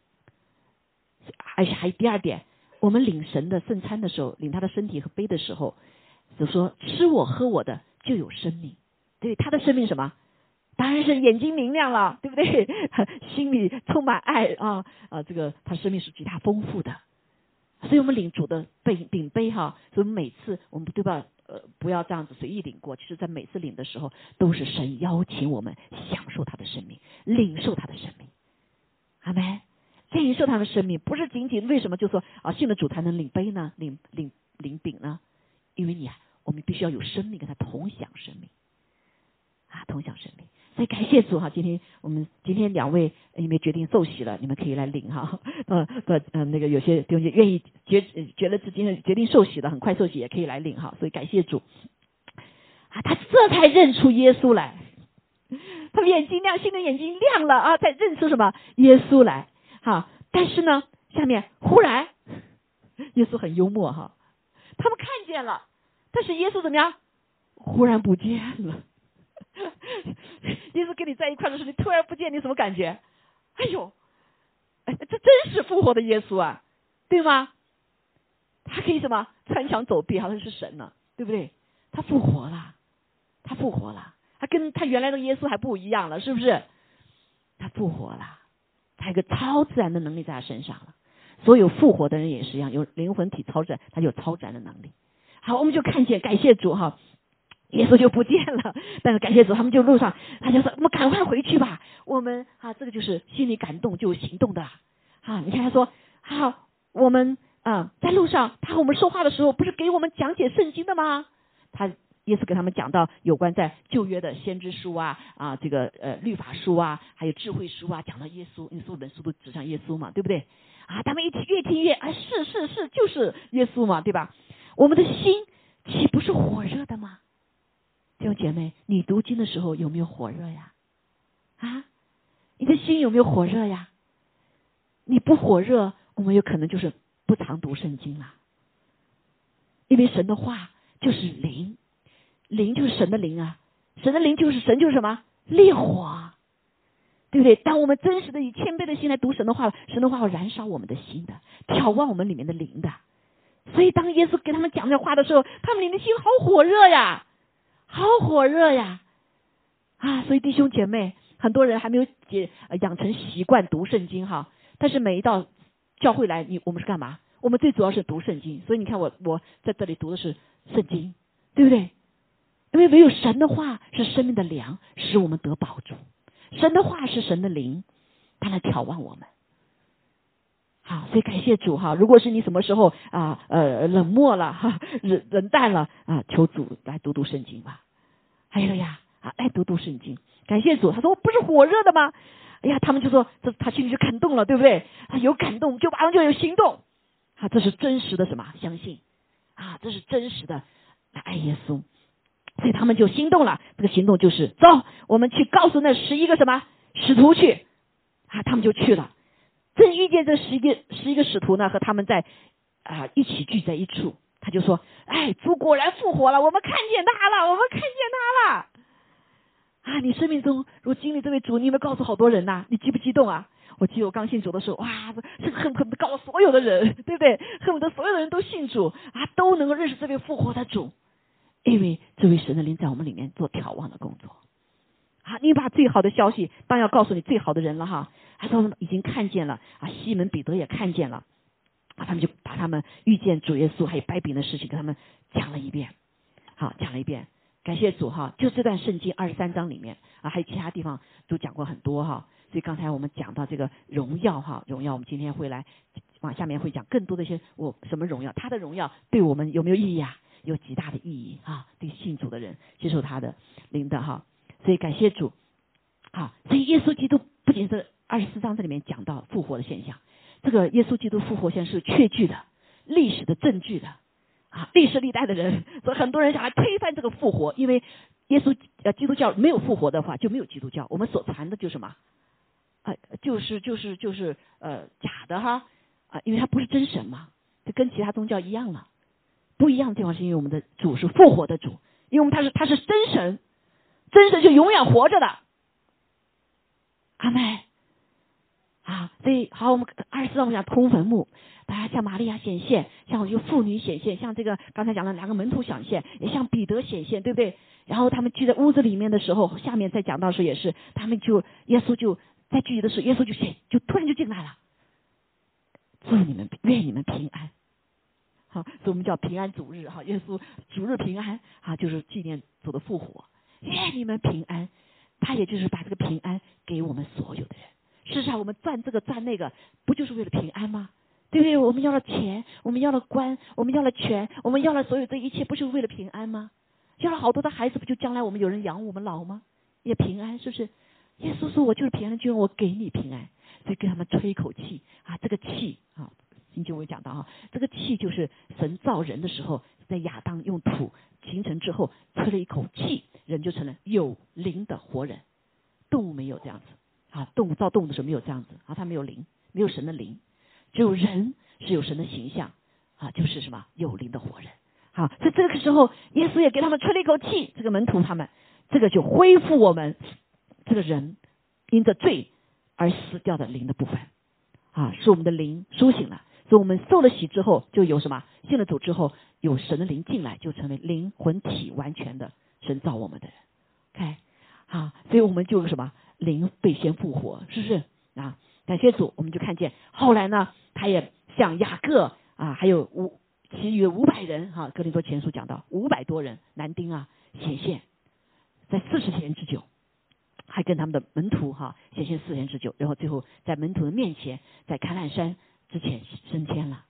而且还有第二点，我们领神的圣餐的时候，领他的身体和杯的时候，就说吃我喝我的就有生命。对，他的生命什么？当然是眼睛明亮了，对不对？心里充满爱这个他生命是极大丰富的。所以我们领主的饼杯所以每次我们对吧， 不要这样子随意领过。其实在每次领的时候，都是神邀请我们享受他的生命，领受他的生命。阿们，领受他的生命，不是仅仅为什么就说信了主才能领杯呢，领饼呢？因为我们必须要有生命跟他同享生命同享生命。所以感谢主我们今天2位因为决定受洗了，你们可以来领那个有些弟兄愿意觉得自己决定受洗了，很快受洗也可以来领所以感谢主他这才认出耶稣来，他们眼睛亮，心的眼睛亮了才认出什么耶稣来但是呢，下面忽然耶稣很幽默他们看见了，但是耶稣怎么样？忽然不见了。耶稣跟你在一块的时候，你突然不见，你什么感觉？哎呦，这真是复活的耶稣对吗？他可以什么穿墙走壁，好像是神呢，对不对？他复活了，他跟他原来的耶稣还不一样了，是不是？他复活了，他有个超自然的能力在他身上了。所有复活的人也是一样，有灵魂体超自然，他有超自然的能力。好，我们就看见，感谢主耶稣就不见了，但是感谢主，他们就路上，他就说我们赶快回去吧，我们这个就是心里感动就有行动的你看他说我们在路上他和我们说话的时候，不是给我们讲解圣经的吗？耶稣给他们讲到有关在旧约的先知书这个律法书还有智慧书讲到耶稣，因为所有本书都指向耶稣嘛，对不对他们越听越是就是耶稣嘛，对吧？我们的心岂不是火热的吗？弟兄姐妹，你读经的时候有没有火热呀？你的心有没有火热呀？你不火热，我们有可能就是不常读圣经了。因为神的话就是灵，灵就是神的灵神的灵就是神就是什么？烈火，对不对？当我们真实的以谦卑的心来读神的话，神的话会燃烧我们的心的，挑旺我们里面的灵的。所以当耶稣给他们讲这话的时候，他们里面的心好火热呀，好火热呀所以弟兄姐妹，很多人还没有养成习惯读圣经但是每一到教会来，我们是干嘛？我们最主要是读圣经。所以你看我在这里读的是圣经，对不对？因为唯有神的话是生命的粮，使我们得饱足。神的话是神的灵，它来挑旺我们。所以感谢主如果是你什么时候冷漠了冷淡了求主来读圣经吧。哎呀来读圣经。感谢主，他说我不是火热的吗？哎呀，他们就说他心里就感动了，对不对？他有感动就马上就有行动这是真实的什么？相信这是真实的来爱耶稣。所以他们就心动了，这个行动就是走，我们去告诉那11个什么使徒去他们就去了。正遇见这11个使徒呢，和他们在一起聚在一处，他就说主果然复活了，我们看见他了，我们看见他了你生命中如果经历这位主，你有没有告诉好多人你激不激动我记得我刚信主的时候，这恨不得告诉所有的人，对不对？恨不得所有的人都信主都能够认识这位复活的主，因为这位神的灵在我们里面做挑旺的工作你把最好的消息当要告诉你最好的人了他说已经看见了西门彼得也看见了他们就把他们遇见主耶稣还有掰饼的事情跟他们讲了一遍讲了一遍。感谢主就这段圣经23章里面还有其他地方都讲过很多所以刚才我们讲到这个荣耀荣耀，我们今天会来往下面会讲更多的一些什么荣耀，他的荣耀对我们有没有意义有极大的意义对信主的人接受他的灵的所以感谢主所以耶稣基督不仅是24章这里面讲到复活的现象，这个耶稣基督复活现象是确据的，历史的证据的历史历代的人，所以很多人想来推翻这个复活，因为耶稣基督教没有复活的话就没有基督教，我们所传的就是什么就是假的因为他不是真神嘛，就跟其他宗教一样了。不一样的地方是因为我们的主是复活的主，因为我们他是真神，真神就永远活着的。阿们所以好，我们24章我们讲通坟墓，大家向玛利亚显现，向有妇女显现，向这个刚才讲的2个门徒显现，也向彼得显现，对不对？然后他们聚在屋子里面的时候，下面再讲到的时候也是，他们就耶稣就在聚集的时候，耶稣就突然就进来了，祝你们愿你们平安所以我们叫平安主日耶稣主日平安就是纪念主的复活。愿你们平安，他也就是把这个平安给我们所有的人。事实上我们赚这个赚那个，不就是为了平安吗？对不对？我们要了钱，我们要了官，我们要了权，我们要了所有这一切，不就是为了平安吗？要了好多的孩子，不就将来我们有人养我们老吗？也平安，是不是？耶稣说我就是平安的君，我给你平安。所以跟他们吹一口气这个气星期我也讲到这个气就是神造人的时候，在亚当用土形成之后吹了一口气，人就成了有灵的活人。动物没有这样子动物造动物的时候没有这样子它没有灵，没有神的灵，只有人是有神的形象就是什么有灵的活人。所以这个时候耶稣也给他们吹了一口气，这个门徒他们这个就恢复我们这个人因着罪而死掉的灵的部分使我们的灵苏醒了。所以我们受了洗之后，就有什么信了主之后，有神的灵进来，就成为灵魂体完全的神造我们的人。OK， 所以我们就有什么灵被先复活，是不是感谢主，我们就看见后来呢，他也像雅各还有其余500人哥林多前书讲到500多人男丁显现，在40天之久，还跟他们的门徒显现4天之久，然后最后在门徒的面前，在橄榄山之前升天了。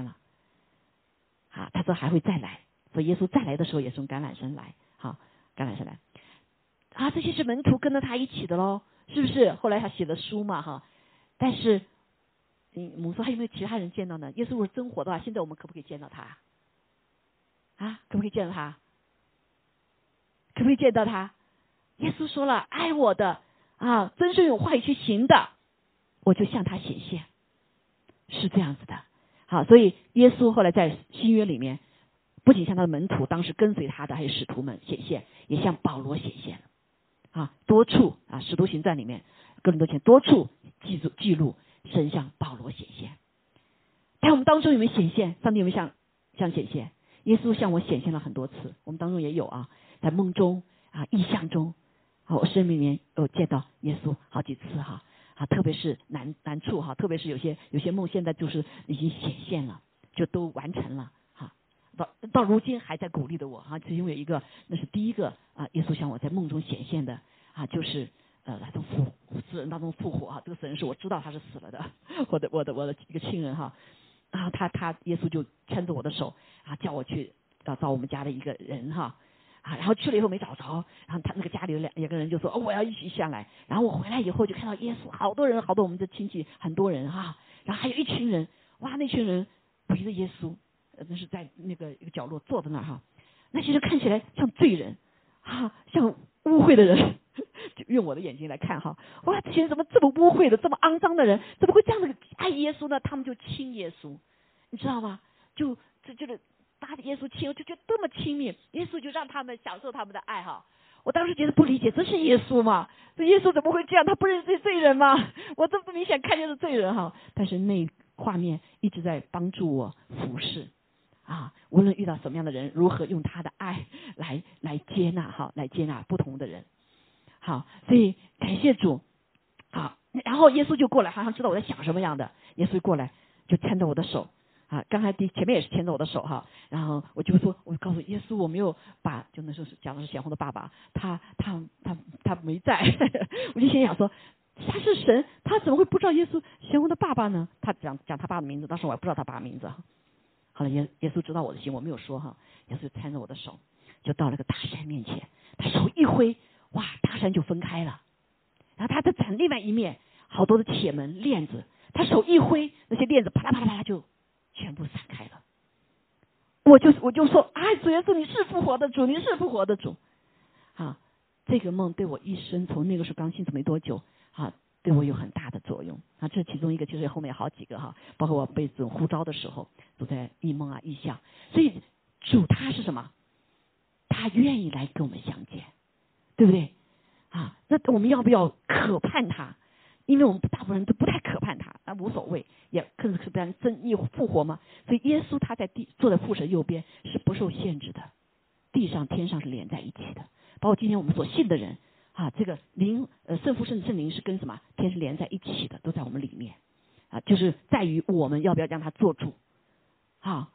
他说还会再来，所以耶稣再来的时候也是从橄榄山来橄榄山来这些是门徒跟着他一起的咯，是不是？后来他写的书嘛但是我们说还有没有其他人见到呢？耶稣如果真活的话，现在我们可不可以见到他可不可以见到他？可不可以见到他？耶稣说了，爱我的遵顺我话语去行的，我就向他显现，是这样子的。所以耶稣后来在新约里面，不仅向他的门徒当时跟随他的还有使徒们显现，也向保罗显现了多处使徒行传里面哥林多前多处记录神向保罗显现。但我们当中有没有显现？上帝有没有向显现？耶稣向我显现了很多次，我们当中也有在梦中异象中我生命里面有见到耶稣好几次特别是难处特别是有些梦现在就是已经显现了，就都完成了到如今还在鼓励的我其中有一个，那是第一个耶稣向我在梦中显现的就是来从死人当中复活这个死人是我知道他是死了的，我的一个亲人他耶稣就牵着我的手叫我去找我们家的一个人然后去了以后没找着，然后他那个家里的两个人就说我要一起下来，然后我回来以后就看到耶稣，好多人，好多我们的亲戚，很多人然后还有一群人，那群人围着耶稣，那是在那个一个角落坐在那那些人看起来像罪人像污秽的人，就用我的眼睛来看这些人怎么这么污秽的，这么肮脏的人，怎么会这样的爱耶稣呢？他们就亲耶稣，你知道吗？就是搭着耶稣亲，就觉得多么亲密，耶稣就让他们享受他们的爱我当时觉得不理解，这是耶稣吗？这耶稣怎么会这样？他不认识罪人吗？我这么明显看见是罪人但是那画面一直在帮助我服侍无论遇到什么样的人，如何用他的爱来接纳来接纳不同的人所以感谢主然后耶稣就过来，好像知道我在想什么样的，耶稣过来就牵着我的手刚才前面也是牵着我的手然后我就告诉耶稣，我没有把，就那时候讲的是显红的爸爸，他没在我就心想说他是神，他怎么会不知道耶稣显红的爸爸呢？他讲他爸的名字，当时我还不知道他爸的名字后来耶稣知道我的心，我没有说耶稣牵着我的手就到了个大山面前，他手一挥，大山就分开了，然后他再展另外一面，好多的铁门链子，他手一挥，那些链子啪啦啪啦啪啦就全部散开了。我就说主耶稣，你是复活的主，你是复活的主这个梦对我一生，从那个时候刚信主没多久对我有很大的作用这其中一个，就是后面好几个包括我被主呼召的时候都在异梦异象。所以主他是什么？他愿意来跟我们相见，对不对那我们要不要渴盼他？因为我们大部分人都不太渴盼他无所谓，也可是不然真义复活嘛。所以耶稣他在坐在父神右边是不受限制的，地上天上是连在一起的。包括今天我们所信的人这个灵圣父圣灵是跟什么天是连在一起的，都在我们里面就是在于我们要不要让他做主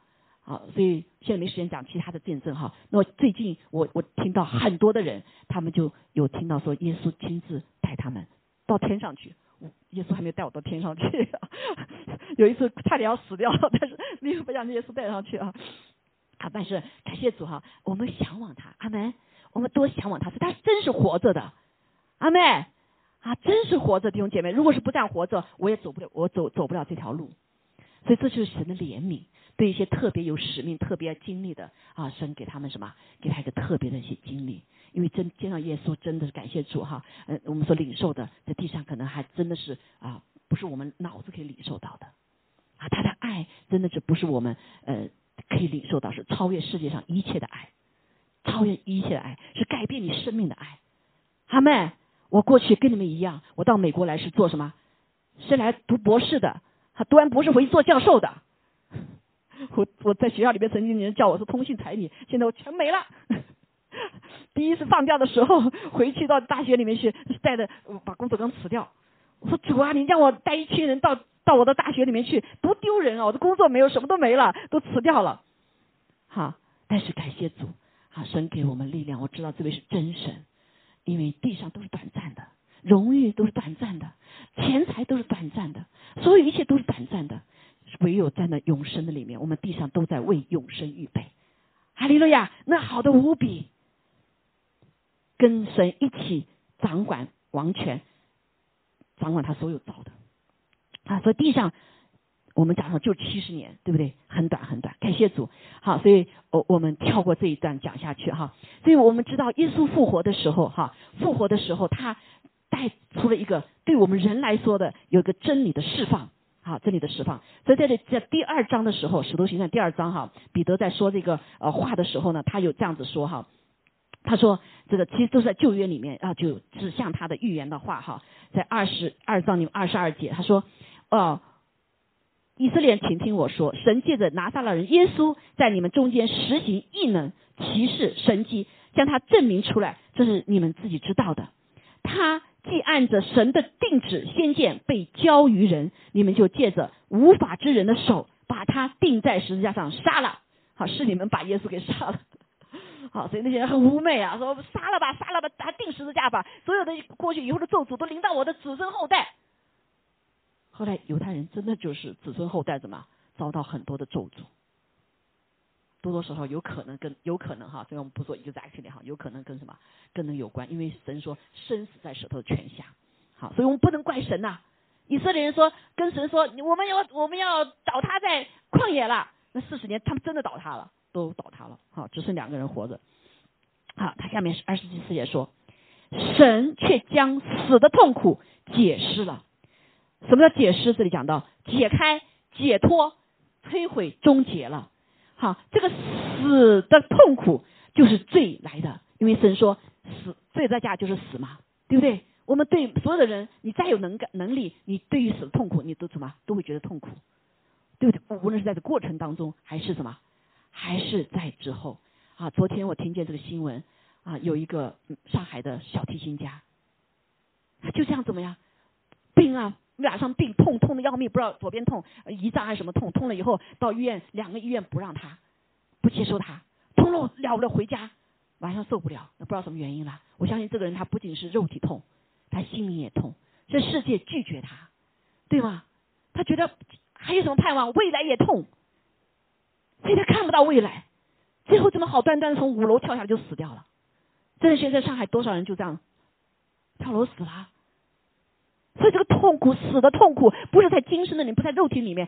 好，所以现在没时间讲其他的见证哈。那么最近我听到很多的人，他们就有听到说耶稣亲自带他们到天上去。耶稣还没有带我到天上去，有一次差点要死掉，但是没有被让耶稣带上去啊。但是感谢主哈，我们向往他，阿们，我们多向往他，他真是活着的，阿们啊，真是活着，弟兄姐妹，如果是不这样活着，我也走不了这条路。所以这就是神的怜悯，对一些特别有使命、特别经历的啊，神给他们什么？给他一个特别的一些经历。因为见到耶稣真的是感谢主哈，我们所领受的在地上可能还真的是啊，不是我们脑子可以领受到的啊，他的爱真的是不是我们可以领受到，是超越世界上一切的爱，超越一切的爱，是改变你生命的爱。阿们，我过去跟你们一样，我到美国来是做什么？是来读博士的，读完博士回去做教授的。我在学校里面曾经有人叫我是通信才女，现在我全没了。第一次放假的时候，回去到大学里面去，带着把工作刚辞掉。我说主啊，你让我带一群人到我的大学里面去，多丢人啊！我的工作没有，什么都没了，都辞掉了。好，但是感谢主，神给我们力量。我知道这位是真神，因为地上都是短暂的，荣誉都是短暂的，钱财都是短暂的，所有一切都是短暂的。唯有在那永生的里面，我们地上都在为永生预备。哈利路亚，那好的无比。跟神一起掌管王权，掌管他所有造的所以地上我们讲说就70年，对不对？很短很短，感谢主。好，所以我们跳过这一段讲下去哈。所以我们知道耶稣复活的时候复活的时候他带出了一个对我们人来说的有一个真理的释放。真理的释放。所以在第2章的时候，使徒行传第2章彼得在说这个话的时候呢，他有这样子说他说这个其实都是在旧约里面就指向他的预言的话在22章里面22节，他说以色列人，请听我说，神借着拿撒勒人耶稣在你们中间实行异能奇事神迹，将他证明出来，这是你们自己知道的。他既按着神的定旨先见被交于人，你们就借着无法之人的手把他钉在十字架上杀了。是你们把耶稣给杀了。所以那些人很污媚说杀了吧，他钉十字架吧，所有的过去以后的咒诅都临到我的子孙后代。后来犹太人真的就是子孙后代怎么遭到很多的咒诅，多多少少有可能虽然我们不说exactly有可能跟什么跟人有关，因为神说生死在舌头的权下。所以我们不能怪神以色列人说跟神说我们要倒塌在旷野了，那40年他们真的倒塌了，都倒塌了只剩2个人活着。他下面27节说，神却将死的痛苦解释了。什么叫解释？这里讲到解开、解脱、摧毁、终结了。这个死的痛苦就是罪来的，因为神说死罪在家就是死嘛，对不对？我们对所有的人，你再有能力，你对于死的痛苦你都都会觉得痛苦，对不对？无论是在这过程当中还是还是在之后昨天我听见这个新闻有一个上海的小提琴家，就这样怎么样病晚上病痛的要命，不知道左边痛胰脏还是什么痛了以后到医院，2个医院不让他，不接受他，痛了不了回家，晚上受不了，不知道什么原因了。我相信这个人他不仅是肉体痛，他心灵也痛，这世界拒绝他，对吗？他觉得还有什么盼望，未来也痛，所以他看不到未来，最后这么好端端从5楼跳下来就死掉了。真的现在上海多少人就这样跳楼死了。所以这个痛苦，死的痛苦，不是在精神的里面，不在肉体里面，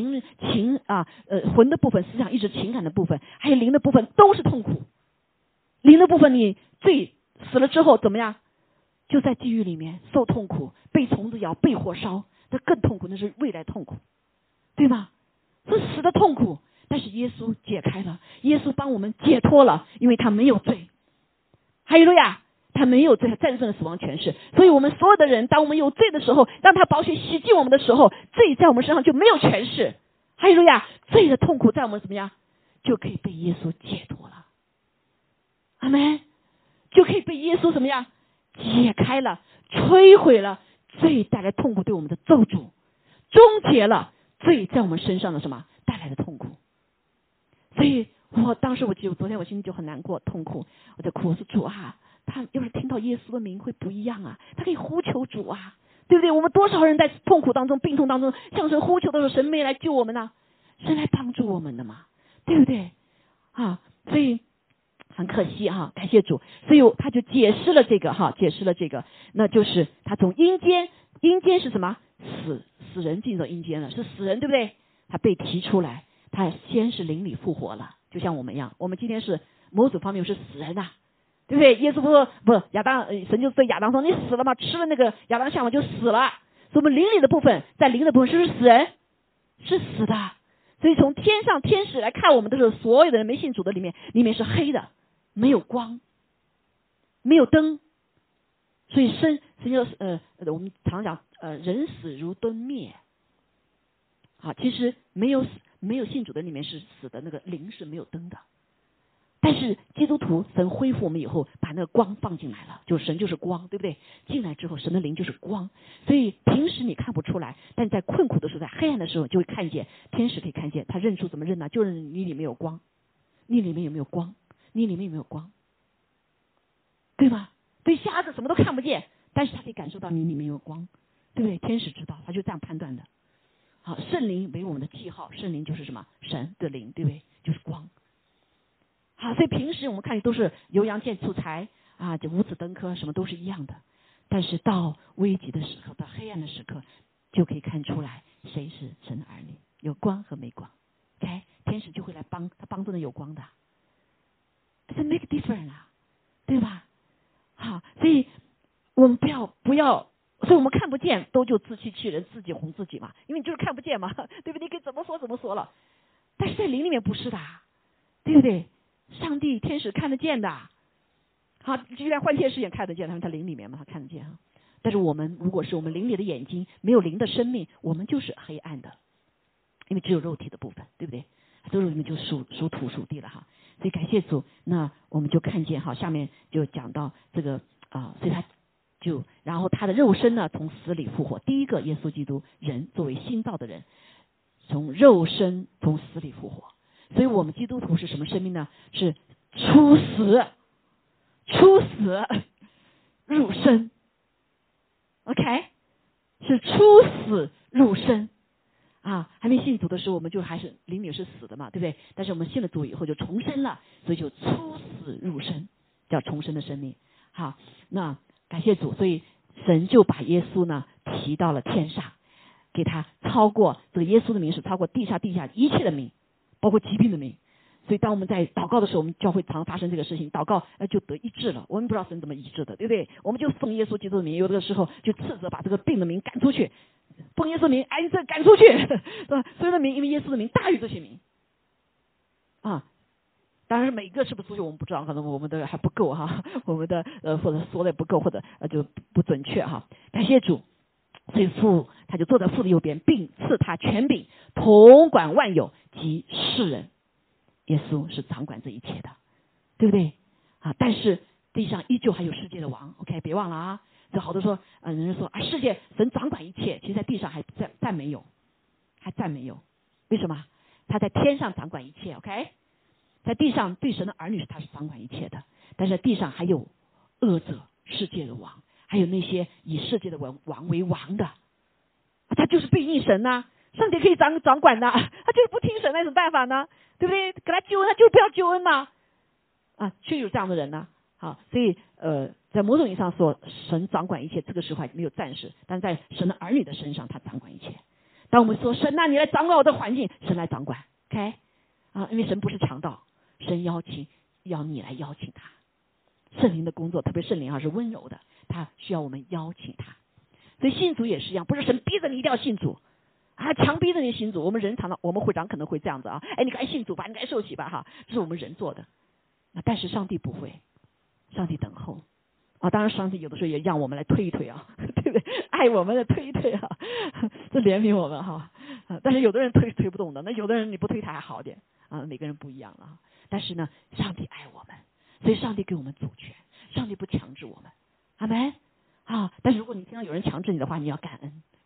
魂的部分，思想意志情感的部分，还有灵的部分都是痛苦。灵的部分你罪死了之后怎么样？就在地狱里面受痛苦，被虫子咬，被火烧，这更痛苦，那是未来痛苦，对吗？是死的痛苦，但是耶稣解开了，耶稣帮我们解脱了，因为他没有罪。哈利路亚，他没有罪，战胜了死亡权势。所以我们所有的人，当我们有罪的时候，让他宝血洗净我们的时候，罪在我们身上就没有权势。哈利路亚，罪的痛苦在我们怎么样就可以被耶稣解脱了。阿们，就可以被耶稣怎么样解开了，摧毁了罪带来痛苦对我们的咒诅，终结了罪在我们身上的什么带来的痛苦。 所以当时我记得昨天我心里就很难过痛苦，我在哭，我说主啊，他要是听到耶稣的名会不一样啊，他可以呼求主啊，对不对？我们多少人在痛苦当中病痛当中向神呼求的时候，神没来救我们呢？神来帮助我们的嘛，对不对啊？所以很可惜哈，感谢主。所以他就解释了这个那就是他从阴间是什么？死人进到阴间了，是死人，对不对？他被提出来，他先是灵里复活了，就像我们一样。我们今天是某种方面是死人呐，对不对？耶稣不亚当，神就对亚当说：“你死了吗？吃了那个亚当像嘛就死了。”所以我们灵里的部分，在灵的部分是不是死人？是死的。所以从天上天使来看我们的时候，所有的人没信主的里面是黑的，没有光，没有灯。所以神就我们常讲人死如灯灭。其实没有信主的里面是死的，那个灵是没有灯的。但是基督徒神恢复我们以后，把那个光放进来了，就是神就是光，对不对？进来之后，神的灵就是光。所以平时你看不出来，但在困苦的时候，在黑暗的时候，就会看见天使可以看见。他认出怎么认呢？就是你里面有光，你里面有没有光？你里面有没有光？对吗？对瞎子什么都看不见，但是他可以感受到你里面有光，对不对？天使知道，他就这样判断的。好，圣灵为我们的记号，圣灵就是什么？神的灵，对不对？就是光。好，所以平时我们看都是油盐酱醋茶啊，这五子登科什么都是一样的，但是到危急的时刻，到黑暗的时刻，就可以看出来谁是神的儿女，有光和没光。OK， 天使就会来帮助那有光的。It's make difference 啊，对吧？好，所以我们不要。所以我们看不见，都就自欺欺人，自己哄自己嘛，因为你就是看不见嘛，对不对？你可以怎么说了，但是在灵里面不是的，对不对？上帝天使看得见的，好，就像换天使也看得见，他灵里面嘛，他看得见啊。但是我们如果是我们灵里的眼睛没有灵的生命，我们就是黑暗的，因为只有肉体的部分，对不对？这里面就属土属地了哈。所以感谢主，那我们就看见哈，下面就讲到这个所以然后他的肉身呢从死里复活。第一个耶稣基督人作为新造的人，从肉身从死里复活。所以我们基督徒是什么生命呢？是出死入生。 OK， 是出死入生啊！还没信主的时候，我们就还是灵里是死的嘛，对不对？但是我们信了主以后就重生了，所以就出死入生，叫重生的生命。好，那感谢主，所以神就把耶稣呢提到了天上，给他超过这个耶稣的名是超过地下一切的名，包括疾病的名。所以当我们在祷告的时候，我们教会常发生这个事情，祷告就得医治了。我们不知道神怎么医治的，对不对？我们就奉耶稣基督的名，有的时候就斥责把这个病的名赶出去，奉耶稣的名癌症赶出去，对吧？所有的名，因为耶稣的名大于这些名啊。当然每个是不是出去我们不知道，可能我们的还不够哈，我们的或者说的不够，或者就不准确哈。感谢主，所以父他就坐在父的右边，并赐他权柄，统管万有及世人。耶稣是掌管这一切的，对不对啊？但是地上依旧还有世界的王 ，OK， 别忘了啊。这好多说，人家说世界神掌管一切，其实在地上还暂没有，为什么？他在天上掌管一切 ，OK， 在地上对神的儿女他是掌管一切的，但是在地上还有恶者，世界的王，还有那些以世界的王为王的，他就是背逆神呐。上帝可以掌管的，他就是不听神，那有什么办法呢？对不对？给他救恩，他就不要救恩嘛。却有这样的人呢。好，所以在某种意义上说，神掌管一切，这个时候还没有暂时，但在神的儿女的身上，他掌管一切。当我们说神你来掌管我的环境，神来掌管 ，OK 因为神不是强盗，神要你来邀请他。圣灵的工作，特别圣灵是温柔的，他需要我们邀请他。所以信主也是一样，不是神逼着你一定要信主。强逼着你信主，我们人我们会长可能会这样子你该信主吧，你该受洗吧哈，这是我们人做的。但是上帝不会，上帝等候当然上帝有的时候也让我们来推一推对不对？爱我们的推一推这怜悯我们但是有的人推不动的，那有的人你不推他还好点每个人不一样但是呢，上帝爱我们，所以上帝给我们主权，上帝不强制我们，阿们但是如果你听到有人强制你的话，你要感恩，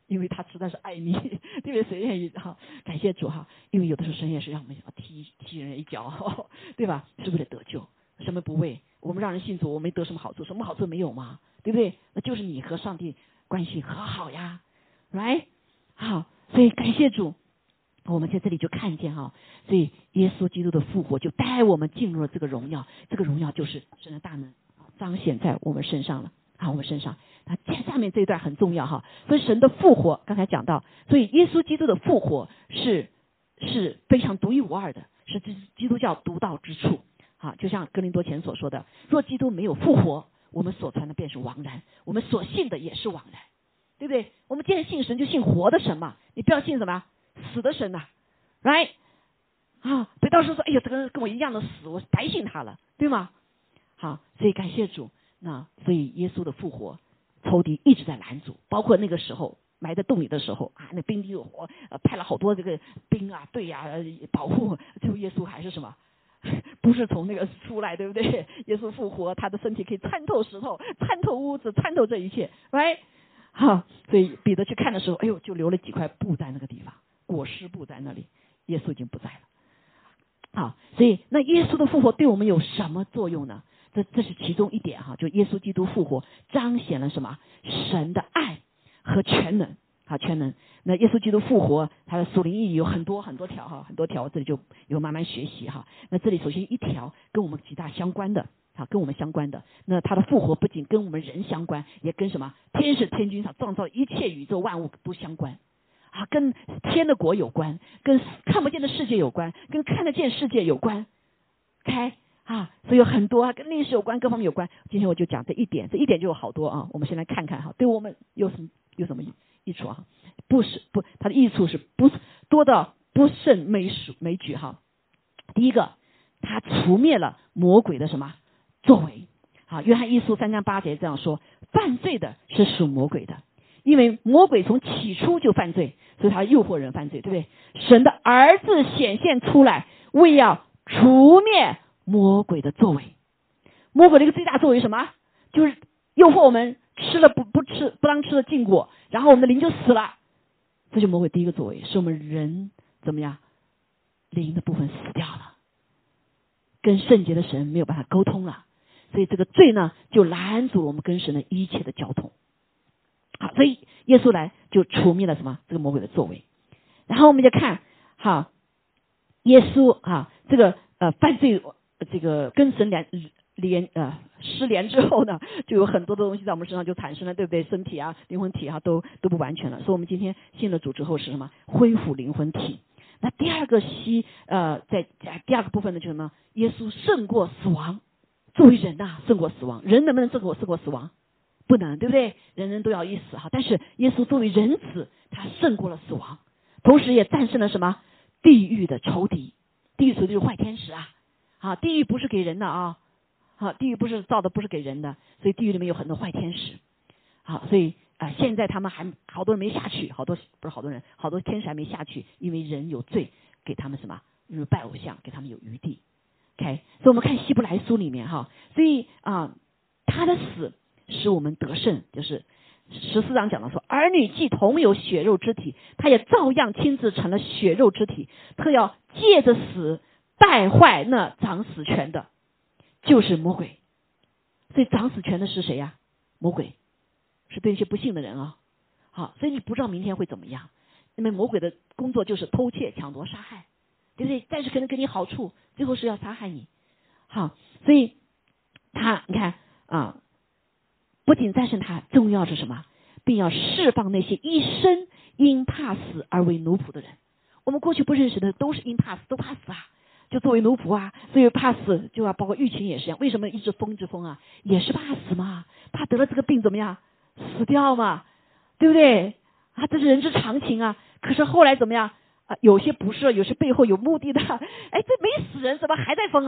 因为他实在是爱你，对不对？谁愿意感谢主因为有的时候神也是让我们踢人一脚，对吧？是为了得救，什么不为？我们让人信主，我们没得什么好处，什么好处没有吗？对不对？那就是你和上帝关系和好呀，right？ 所以感谢主，我们在这里就看见所以耶稣基督的复活就带我们进入了这个荣耀，这个荣耀就是神的大能彰显在我们身上了。我们身上，那下面这一段很重要所以神的复活刚才讲到，所以耶稣基督的复活是非常独一无二的，是基督教独到之处就像哥林多前所说的，若基督没有复活，我们所传的便是枉然，我们所信的也是枉然，对不对？我们既然信神，就信活的神嘛，你不要信什么死的神right？ 别到时候说，哎呦，这个人跟我一样的死，我白信他了，对吗？所以感谢主。所以耶稣的复活，仇敌一直在拦阻，包括那个时候埋在洞里的时候那兵丁派了好多这个兵队保护，最后耶稣还是什么？不是从那个出来，对不对？耶稣复活，他的身体可以穿透石头，穿透屋子，穿透这一切，right？ 所以彼得去看的时候，哎呦，就留了几块布在那个地方，裹尸布在那里，耶稣已经不在了。所以那耶稣的复活对我们有什么作用呢？这是其中一点就耶稣基督复活彰显了什么？神的爱和全能全能。那耶稣基督复活，他的属灵意义有很多很多条很多条，我这里就有慢慢学习那这里首先一条跟我们极大相关的跟我们相关的，那他的复活不仅跟我们人相关，也跟什么天使天君上创造一切宇宙万物都相关跟天的国有关，跟看不见的世界有关，跟看得见世界有关所以有很多跟历史有关，各方面有关。今天我就讲这一点，这一点就有好多我们先来看看对我们有什么益处它的益处是不多到不胜枚举第一个，它除灭了魔鬼的什么作为约翰一书3章8节这样说，犯罪的是属魔鬼的，因为魔鬼从起初就犯罪，所以他诱惑人犯罪，对不对？神的儿子显现出来，为要除灭魔鬼的作为。魔鬼的一个最大作为什么？就是诱惑我们吃了不当吃的禁果，然后我们的灵就死了。这就是魔鬼第一个作为，使我们人怎么样？灵的部分死掉了，跟圣洁的神没有办法沟通了，所以这个罪呢就拦阻我们跟神的一切的交通。所以耶稣来就除灭了什么？这个魔鬼的作为。然后我们就看耶稣这个犯罪这个跟神失联之后呢，就有很多的东西在我们身上就产生了，对不对？身体灵魂体都不完全了。所以我们今天信了主之后是什么？恢复灵魂体。那第二个在第二个部分呢，就是什么？耶稣胜过死亡。作为人胜过死亡，人能不能胜过死亡？不能，对不对？人人都要一死但是耶稣作为人子，他胜过了死亡，同时也战胜了什么？地狱的仇敌。地狱仇敌就是坏天使地狱不是给人的地狱造的不是给人的，所以地狱里面有很多坏天使所以现在他们还好多人没下去，好多天使还没下去，因为人有罪，给他们什么？拜偶像，给他们有余地。OK， 所以我们看希伯来书里面所以他的死使我们得胜，就是14章讲到说，儿女既同有血肉之体，他也照样亲自成了血肉之体，特要借着死败坏那掌死权的，就是魔鬼。所以掌死权的是谁呀？魔鬼，是对一些不幸的人所以你不知道明天会怎么样，因为魔鬼的工作就是偷窃、抢夺、杀害，对不对？但是可能给你好处，最后是要杀害你。所以你看不仅战胜他，重要是什么？并要释放那些一生因怕死而为奴仆的人。我们过去不认识的都是因怕死，都怕死就作为奴仆所以怕死就要包括疫情也是一样。为什么一直封也是怕死嘛，怕得了这个病怎么样？死掉嘛，对不对这是人之常情可是后来怎么样有些不是，有些背后有目的的。这没死人怎么还在封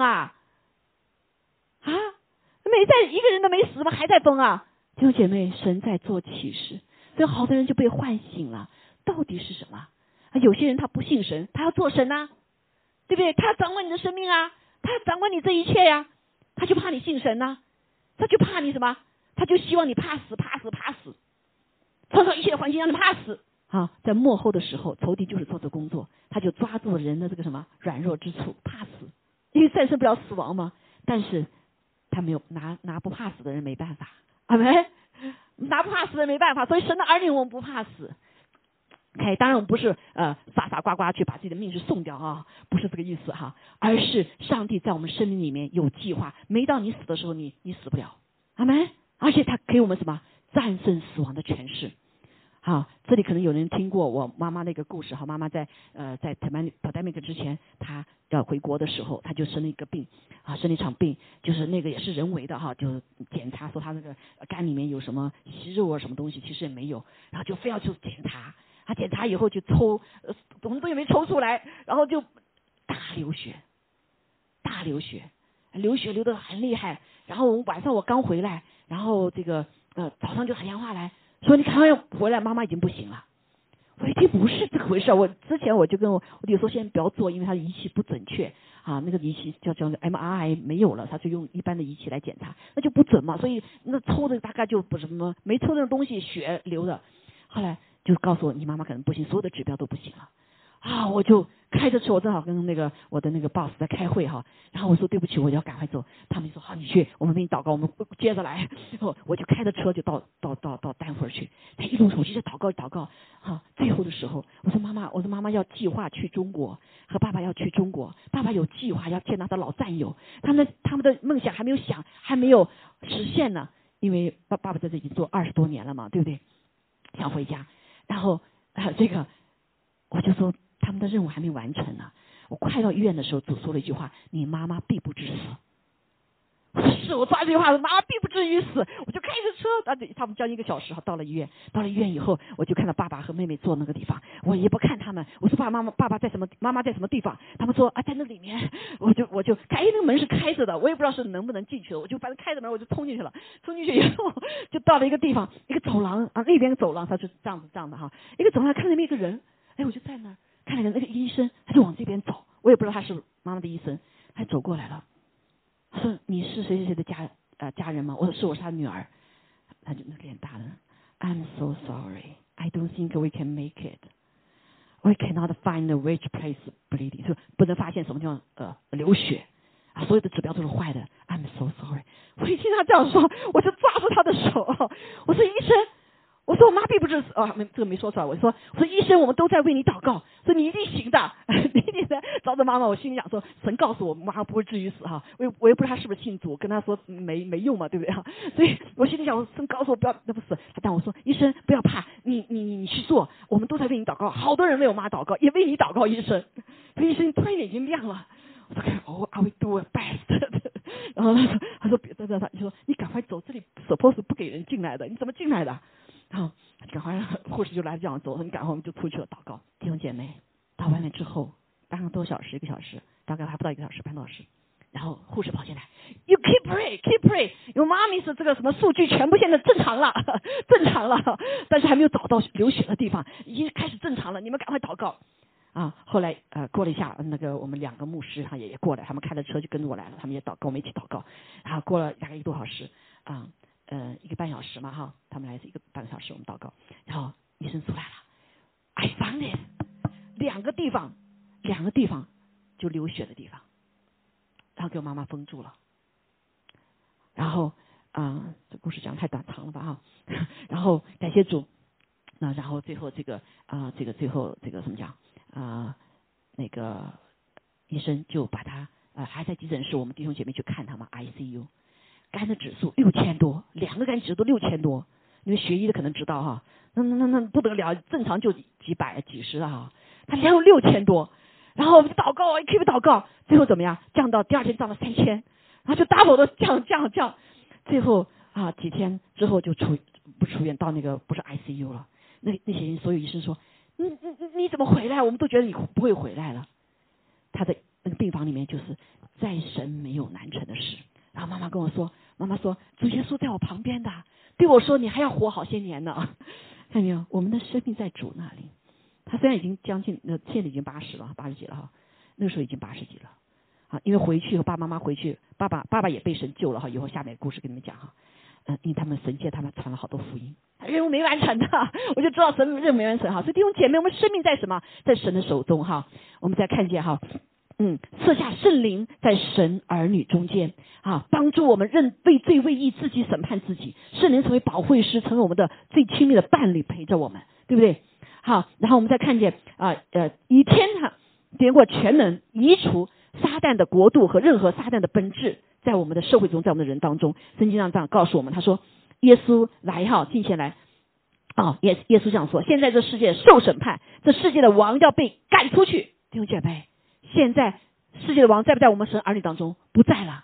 没在一个人都没死，怎么还在封弟兄姐妹，神在做启示，所以好多人就被唤醒了。到底是什么？有些人他不信神，他要做神对不对？他要掌管你的生命他要掌管你这一切他就怕你信神他就怕你什么？他就希望你怕死，创造一切的环境让你怕死， 在末后的时候，仇敌就是做这工作，他就抓住人的这个什么软弱之处，怕死，因为战胜不了死亡嘛。但是他没有拿不怕死的人没办法，阿们，拿不怕死的人没办法。所以神的儿女我们不怕死。当然我们不是傻傻呱呱去把自己的命是送掉啊，不是这个意思哈，而是上帝在我们生命里面有计划，没到你死的时候你死不了，阿们。而且他给我们什么战胜死亡的权势。这里可能有人听过我妈妈那个故事哈，妈妈在pandemic 之前，她要回国的时候，她就生了一个病生了一场病，就是那个也是人为的哈，就是检查说她那个肝里面有什么息肉啊什么东西，其实也没有，然后就非要去检查，她检查以后就抽，什么东西没抽出来，然后就大流血，流得很厉害，然后晚上我刚回来，然后这个早上就打电话来说你赶快回来，妈妈已经不行了。我一听不是这个回事，我之前我就跟我弟说先不要做，因为他的仪器不准确那个仪器叫 MRI 没有了，他就用一般的仪器来检查，那就不准嘛，所以那抽的大概就不什么没抽那种东西，血流的。后来就告诉我你妈妈可能不行，所有的指标都不行了。我就开着车，我正好跟我的那个 boss 在开会然后我说对不起，我要赶快走。他们说好，你去，我们为你祷告，我们接着来。然后我就开着车就到丹佛去，他一路我就在祷告最后的时候，我说妈妈要计划去中国，和爸爸要去中国，爸爸有计划要见他的老战友，他们的梦想还没有实现呢，因为爸爸在这已经做20多年了嘛，对不对？想回家，然后这个我就说他们的任务还没完成呢。我快到医院的时候，主说了一句话：你妈妈必不致死。是我抓这句话，妈妈必不至于死。我就开着车，他们将1个小时到了医院。到了医院以后，我就看到爸爸和妹妹坐那个地方，我也不看他们。我说爸爸在什么？妈妈在什么地方？他们说在那里面。我就开，那个门是开着的，我也不知道是能不能进去的。我就反正开着门，我就冲进去了。冲进去以后，就到了一个地方，一个走廊那边走廊它是这样子的一个走廊看那边一个人，我就在那儿看那个医生，他就往这边走，我也不知道他是妈妈的医生，他走过来了。他说你是谁谁谁的家人吗？我说是他女儿。他就那个脸大的 I'm so sorry, I don't think we can make it. We cannot find which place bleeding. 就不能发现什么地方流血所有的指标都是坏的。I'm so sorry. 我一听他这样说，我就抓住他的手，我说医生，我说我妈并不是这个没说出来。我说医生，我们都在为你祷告，说你一定行的，你一定的。找着妈妈，我心里想说，神告诉我妈妈不会至于死我也不知道他是不是信主，跟他说没用嘛，对不对所以我心里想，神告诉我不要那不死。但我说医生不要怕，你去做，我们都在为你祷告，好多人为我妈祷告，也为你祷告，医生。所以医生突然眼睛亮了。我说I will do our best 然后他说别的，他就说你赶快走，这里 suppose 不给人进来的，你怎么进来的？然后赶快护士就来这样走，你赶快我们就出去了祷告。弟兄姐妹到外面之后半个多小时1个小时，大概还不到1个小时，半多小时，然后护士跑进来 You keep pray Your mommy 是这个什么数据全部现在正常了但是还没有找到流血的地方，已经开始正常了，你们赶快祷告后来过了一下，那个我们2个牧师也过来，他们开着车就跟着我来了，他们也跟我们一起祷告。然后过了大概1个多小时1个半小时嘛他们来是1个半小时我们祷告，然后医生出来了 I found it 2个地方就流血的地方，然后给我妈妈封住了。然后这故事讲太长了吧然后感谢主，然后最后这个最后这个怎么讲那个医生就把他还在急诊室，我们弟兄姐妹去看他嘛 ICU， 肝的指数6000多，2个肝指数都6000多，因为学医的可能知道那不得了，正常就几百几十他量有6000多，然后我们祷告keep祷告，最后怎么样降到第2天降到3000，然后就 double 的降，最后几天之后就不出院，到那个不是 ICU 了。那些人所有医生说你怎么回来？我们都觉得你不会回来了。他的那个病房里面就是在神没有难成的事。然后妈妈跟我说，主耶稣在我旁边的，对我说你还要活好些年呢。看见没有？我们的生命在主那里。他虽然已经将近现在已经80了，80几了那个时候已经80几了因为回去和爸爸妈妈回去，爸爸也被神救了以后下面的故事跟你们讲因为他们神借他们传了好多福音，任务没完成的，我就知道神任务没完成哈。所以弟兄姐妹，我们生命在什么？在神的手中哈。我们再看见哈，赐下圣灵在神儿女中间啊，帮助我们为罪为义，自己审判自己。圣灵成为保惠师，成为我们的最亲密的伴侣，陪着我们，对不对？好，然后我们再看见以天点过全能，移除撒旦的国度和任何撒旦的本质，在我们的社会中，在我们的人当中。圣经上这样告诉我们，他说耶稣来近前来耶稣这样说，现在这世界受审判，这世界的王要被赶出去。弟兄姐妹，现在世界的王在不在我们神儿女当中？不在了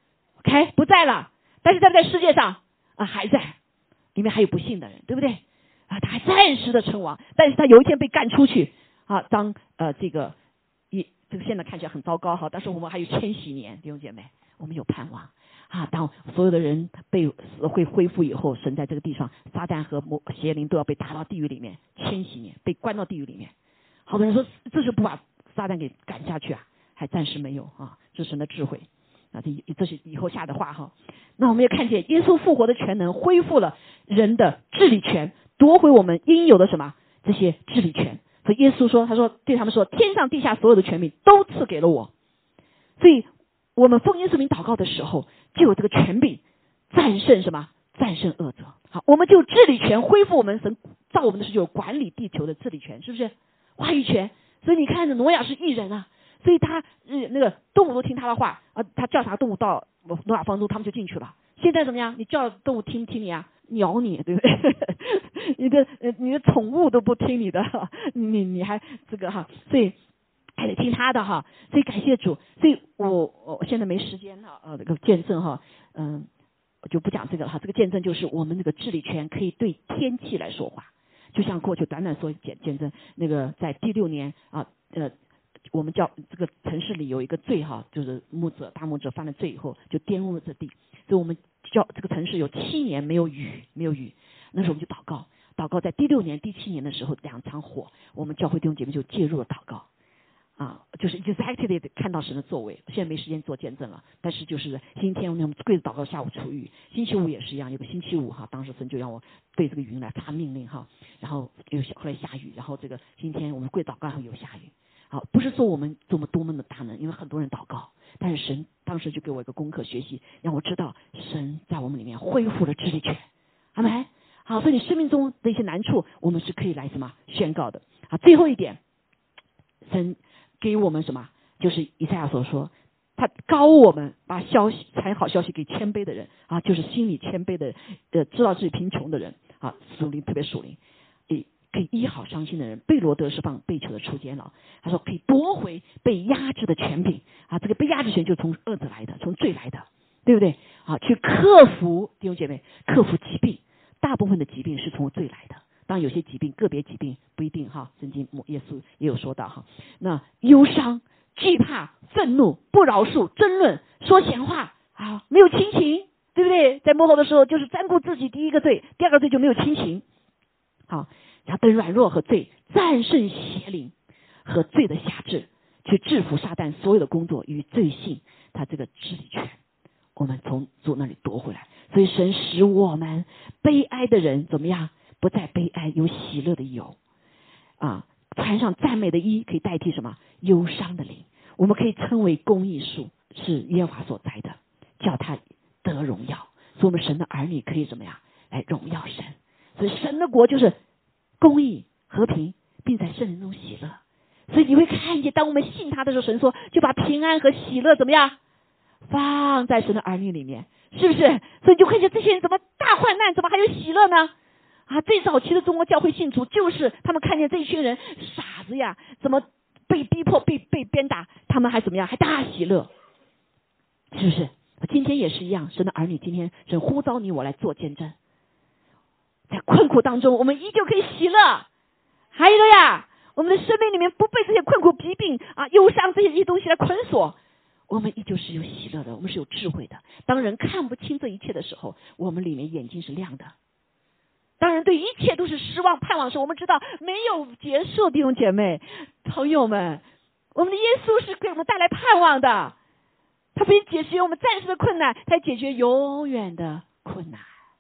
OK 不在了，但是在不在世界上还在，里面还有不信的人，对不对他还暂时的称王，但是他有一天被赶出去当这个现在看起来很糟糕但是我们还有千禧年，弟兄姐妹，我们有盼望当所有的人会恢复以后，神在这个地上，撒旦和邪灵都要被打到地狱里面，千禧年被关到地狱里面。好多人说这是不把撒旦给赶下去还暂时没有这是神的智慧这是以后下的话那我们也看见耶稣复活的全能恢复了人的治理权，夺回我们应有的什么这些治理权。所以耶稣说，他说对他们说，天上地下所有的权柄都赐给了我。所以我们奉耶稣名祷告的时候，就有这个权柄战胜什么？战胜恶者。好，我们就治理权恢复我们神造我们的时候有管理地球的治理权，是不是？话语权。所以你看挪亚是义人所以他那个动物都听他的话他叫啥动物到挪亚方舟他们就进去了。现在怎么样？你叫动物听不听你鸟你，对不对？你的宠物都不听你的你还这个所以还得听他的所以感谢主。所以我现在没时间这个见证我就不讲这个了这个见证就是我们那个治理权可以对天气来说话，就像过去短短说见证那个在第6年我们叫这个城市里有一个罪就是大牧者犯了罪以后就玷污了这地，所以我们叫这个城市有7年没有雨，那时候我们就祷告在第6年第7年的时候2场火，我们教会弟兄姐妹就介入了祷告就是 exactly 看到神的作为。现在没时间做见证了，但是就是星期天我们跪着祷告，下午出雨，星期五也是一样，有个星期五当时神就让我对这个云来发命令然后后来下雨，然后这个星期天我们跪祷告后有下雨。不是说我们多么的大能，因为很多人祷告，但是神当时就给我一个功课学习，让我知道神在我们里面恢复了治理权。阿们。好，所以你生命中的一些难处我们是可以来什么宣告的。最后一点，神给我们什么？就是以赛亚所说，他高我们，把传好消息给谦卑的人就是心里谦卑的知道自己贫穷的人属灵特别属灵，可以医好伤心的人，被罗得释放被囚的出监牢。他说可以夺回被压制的权柄这个被压制权就从恶者来的，从罪来的，对不对去克服弟兄姐妹，克服疾病。大部分的疾病是从罪来的，当然有些疾病个别疾病不一定圣经耶稣也有说到那忧伤、惧怕、愤怒、不饶恕、争论、说闲话没有亲情，对不对？在末后的时候就是沾顾自己，第一个罪，第二个罪就没有亲情。然后等软弱和罪战胜邪灵和罪的辖制，去制服撒旦所有的工作与罪性他这个治理权，我们从主那里夺回来。所以神使我们悲哀的人怎么样？不再悲哀，有喜乐的油穿上赞美的衣，可以代替什么？忧伤的灵。我们可以称为公义树，是耶和华所栽的，叫他得荣耀。所以我们神的儿女可以怎么样来荣耀神？所以神的国就是公义、和平，并在圣灵中喜乐。所以你会看见，当我们信他的时候，神说就把平安和喜乐怎么样放在神的儿女里面，是不是？所以你就看见这些人怎么大患难，怎么还有喜乐呢？最早期的中国教会信徒就是他们看见这一群人傻子呀，怎么被逼迫、被鞭打，他们还怎么样？还大喜乐，是不是？今天也是一样，神的儿女今天神呼召你我来做见证，在困苦当中我们依旧可以喜乐。还有呀，我们的生命里面不被这些困苦、疾病忧伤这些东西来捆锁，我们依旧是有喜乐的，我们是有智慧的。当人看不清这一切的时候，我们里面眼睛是亮的。当然对一切都是失望盼望的时候，我们知道没有结束。弟兄姐妹朋友们，我们的耶稣是给我们带来盼望的，他不仅解决我们暂时的困难，他解决永远的困难。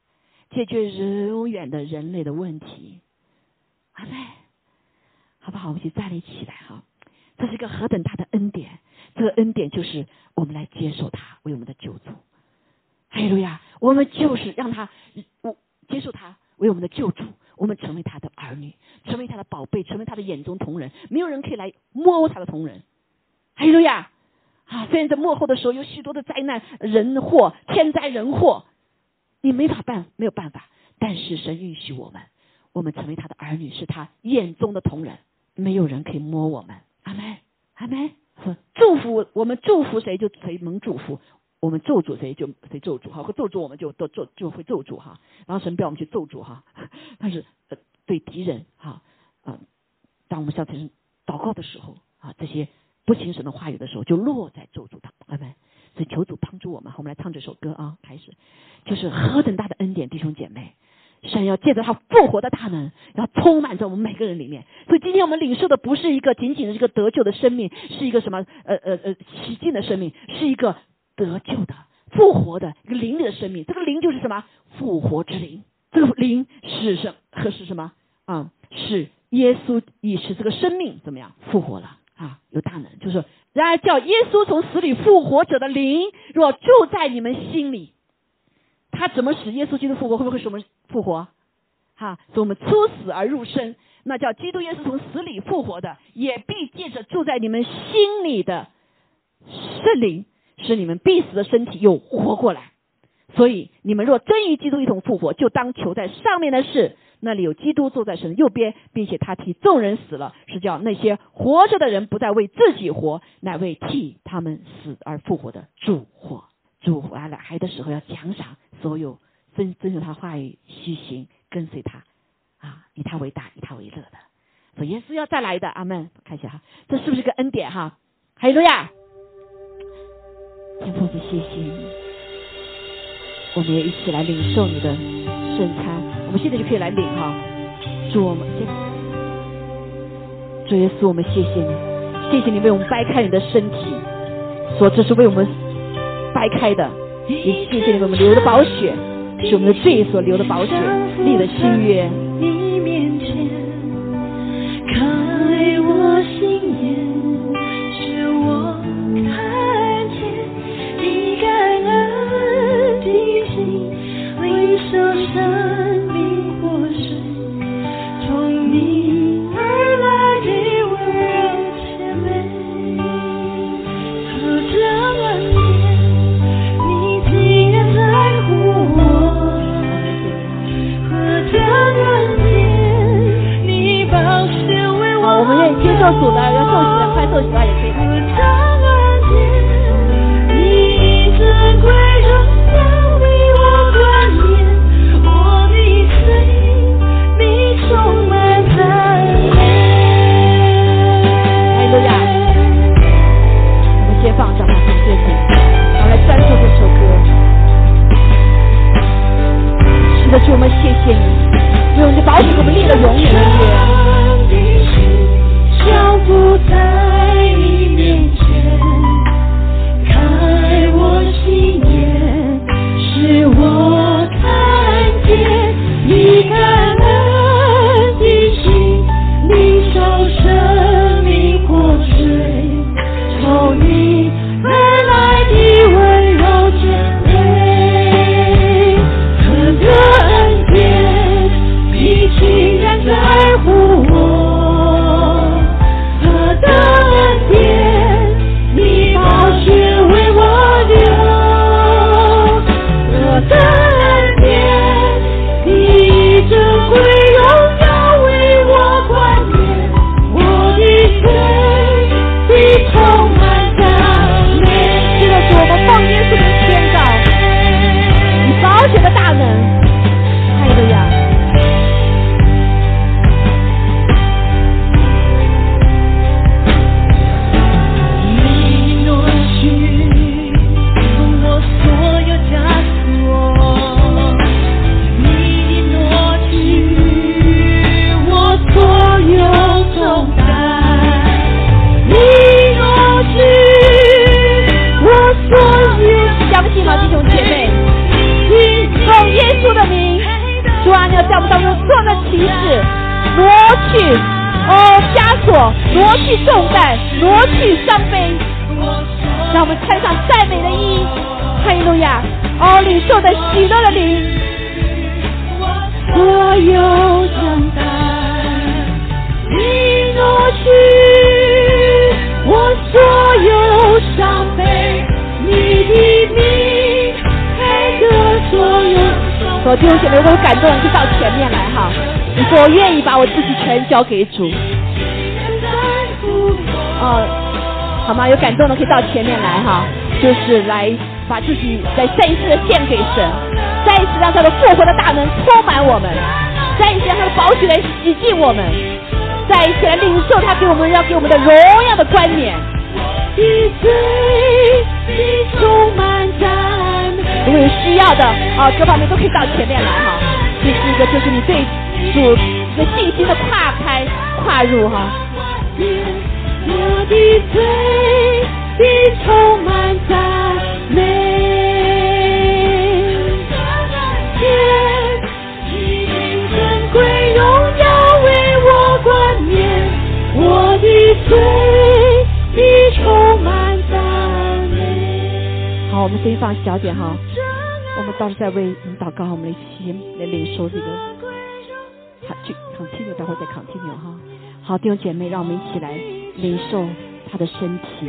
解决永远的人类的问题。阿们，好不好？我们一起站立起来哈！这是一个何等大的恩典！这个恩典就是我们来接受他为我们的救主。哈利路亚！我们就是让他接受他为我们的救主，我们成为他的儿女，成为他的宝贝，成为他的眼中同人，没有人可以来摸他的同人。哈利路亚！虽然在末后的时候有许多的灾难、人祸、天灾人祸，你没有办法，但是神允许我们成为他的儿女，是他眼中的同人，没有人可以摸我们。阿们，阿们。祝福我们，祝福谁就谁蒙祝福，我们咒诅谁就谁咒诅哈，或咒诅我们就会咒诅哈。然后神不要我们去咒诅哈，但是对敌人哈当我们向神祷告的时候这些不听神的话语的时候，就落在咒诅当中。阿们。所以求主帮助我们，我们来唱这首歌开始，就是何等大的恩典，弟兄姐妹。神要借着他复活的大能，要充满在我们每个人里面。所以今天我们领受的不是一个仅仅的这个得救的生命，是一个什么洗净的生命，是一个得救的复活的一个灵里的生命。这个灵就是什么？复活之灵。这个灵是什么是耶稣已使这个生命怎么样复活了有大能。就是说，然而叫耶稣从死里复活者的灵若住在你们心里，他怎么使耶稣基督复活？会不会使我们复活？所以我们出死而入生，那叫基督耶稣从死里复活的，也必借着住在你们心里的圣灵，使你们必死的身体又活过来。所以你们若真与基督一同复活，就当求在上面的事，那里有基督坐在神的右边，并且他替众人死了，是叫那些活着的人不再为自己活，乃为替他们死而复活的主活。主来的时候要奖赏所有遵守他话语、虚行跟随他以他为大，以他为乐的。所以耶稣要再来的。阿们。看一下这是不是个恩典哈利路亚！天父，谢谢你，我们也一起来领受你的圣餐。我们现在就可以来领主耶稣，我们谢谢你，谢谢你为我们掰开你的身体，说这是为我们掰开的，也谢谢你为我们流的宝血，是我们的罪所流的宝血立的新约。 你面前开我心眼，使我看见你感恩的心，为受生命活水，从你而来的温柔甜美，何等恩典，你竟然在乎我，何等恩典，你宝血为我。 我们愿意接受主的，要受洗的快受洗的也可以来。 何等恩典，你尊贵荣耀为我冠冕，我的罪你充满赞美。 哈利路亚！我们先放上感谢主，来赞颂这首歌。是的，主，我们谢谢你，用你的宝血给我们立了永远的约。 交付在你面前，开我心眼，使我看见你感恩的心，你受生命活水，从你而来的温柔甜美，何等恩典，你竟然在乎我。 主啊，你要在我们当中做那启示，挪去枷锁，挪去重担，挪去伤悲，让我们穿上赞美的衣。哈利路亚！领受的喜乐的灵， 所有重担你挪去，我所有伤悲你的名开个所有。 弟兄姐妹，如果有感动，你可以到前面来哈。你说我愿意把我自己全交给主。好吗？有感动的可以到前面来哈，就是来把自己再一次的献给神，再一次让他的复活的大能充满我们，再一次让他的宝血来洗净我们，再一次来领受他要给我们的荣耀的冠冕。 你充满赞美。 如果有需要的各方面都可以到前面来哈。这是一个就是你对主的信心的跨入哈。 我的罪，你充满赞美，天，你珍贵荣耀为我冠冕，我的罪，你充满赞美。 好，我们声音放小点哈，我们到时在为你祷告，我们来领受这个continue， 待会再 continue 哈。好，弟兄姐妹，让我们一起来领受他的身体。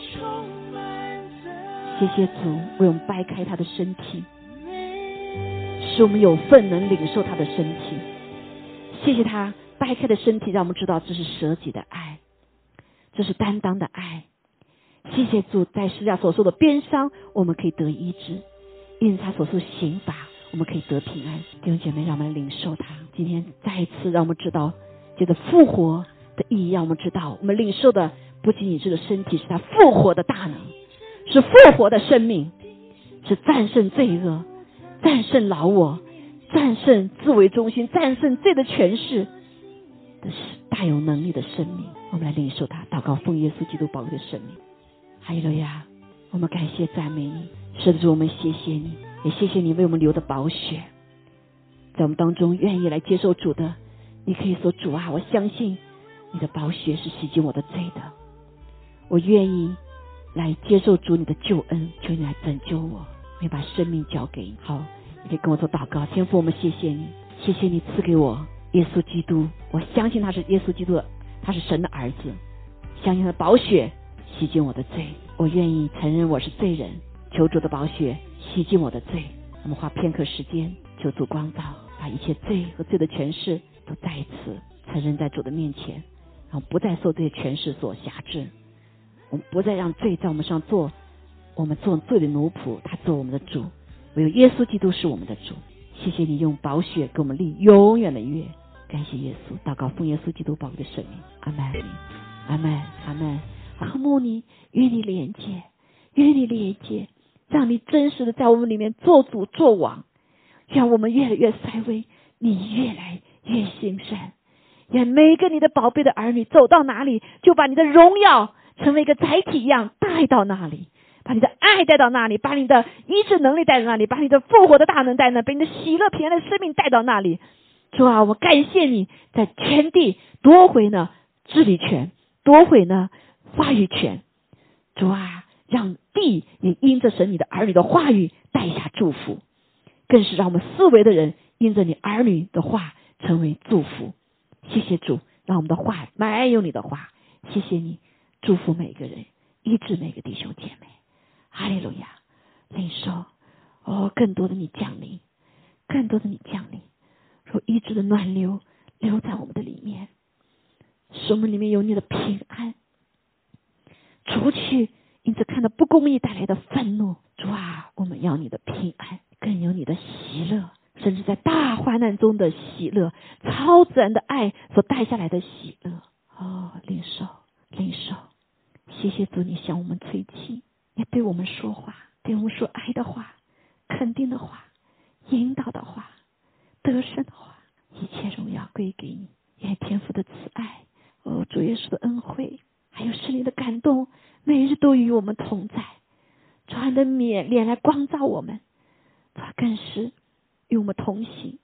谢谢主为我们掰开他的身体，使我们有份能领受他的身体。谢谢他掰开的身体，让我们知道这是舍己的爱，这是担当的爱。谢谢主在十字架所受的鞭伤，我们可以得医治；因他所受刑罚，我们可以得平安。弟兄姐妹，让我们来领受他。今天再一次让我们知道这个复活的意义，让我们知道我们领受的不仅仅这个身体，是他复活的大能，是复活的生命，是战胜罪恶，战胜老我，战胜自为中心，战胜罪的权势的大有能力的生命。我们来领受他，祷告奉耶稣基督宝贵的生命。哈利路亚！我们感谢赞美你，是主，我们谢谢你，也谢谢你为我们流的宝血，在我们当中愿意来接受主的，你可以说主啊，我相信你的宝血是洗净我的罪的，我愿意来接受主你的救恩，求你来拯救我，我要把生命交给你。好，你可以跟我做祷告。天父，我们谢谢你，谢谢你赐给我耶稣基督，我相信他是耶稣基督，他是神的儿子，相信他的宝血洗净我的罪，我愿意承认我是罪人，求主的宝血洗净我的罪。我们花片刻时间求主光照，把一切罪和罪的权势都再一次承认在主的面前，然后不再受这些权势所辖制，我们不再让罪在我们上做，我们做罪的奴仆，他做我们的主，唯有耶稣基督是我们的主。谢谢你用宝血给我们立永远的约，感谢耶稣，祷告奉耶稣基督宝贵的圣名，阿们，阿们，阿们。渴慕你，与你连接，与你连接，让你真实的在我们里面做主做王，让我们越来越衰微，你越来越兴盛，愿每个你的宝贝的儿女走到哪里，就把你的荣耀成为一个载体一样带到那里，把你的爱带到那里，把你的医治能力带到那里，把你的复活的大能带到那里，把你的喜乐平安的生命带到那里。主啊，我感谢你在全地夺回呢治理权，夺回呢话语权。主啊，让地也因着神你的儿女的话语带下祝福，更是让我们四围的人因着你儿女的话成为祝福。谢谢主，让我们的话满有你的话。谢谢你祝福每个人，医治每个弟兄姐妹。哈利路亚！领受更多的你降临，更多的你降临，如医治的暖流流在我们的里面，使我们里面有你的平安，除去因此看到不公义带来的愤怒。主啊，我们要你的平安，更有你的喜乐，甚至在大患难中的喜乐，超自然的爱所带下来的喜乐。领受领受。谢谢主，你向我们吹气，也对我们说话，对我们说爱的话，肯定的话，引导的话，得胜的话。一切荣耀归给你，愿天父的慈爱，主耶稣的恩惠，还有圣灵的感动，每日都与我们同在。主你的脸来光照我们，主更是与我们同行，把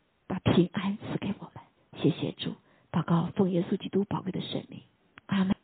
平安赐给我们。谢谢主，祷告奉耶稣基督宝贵的圣名，阿们。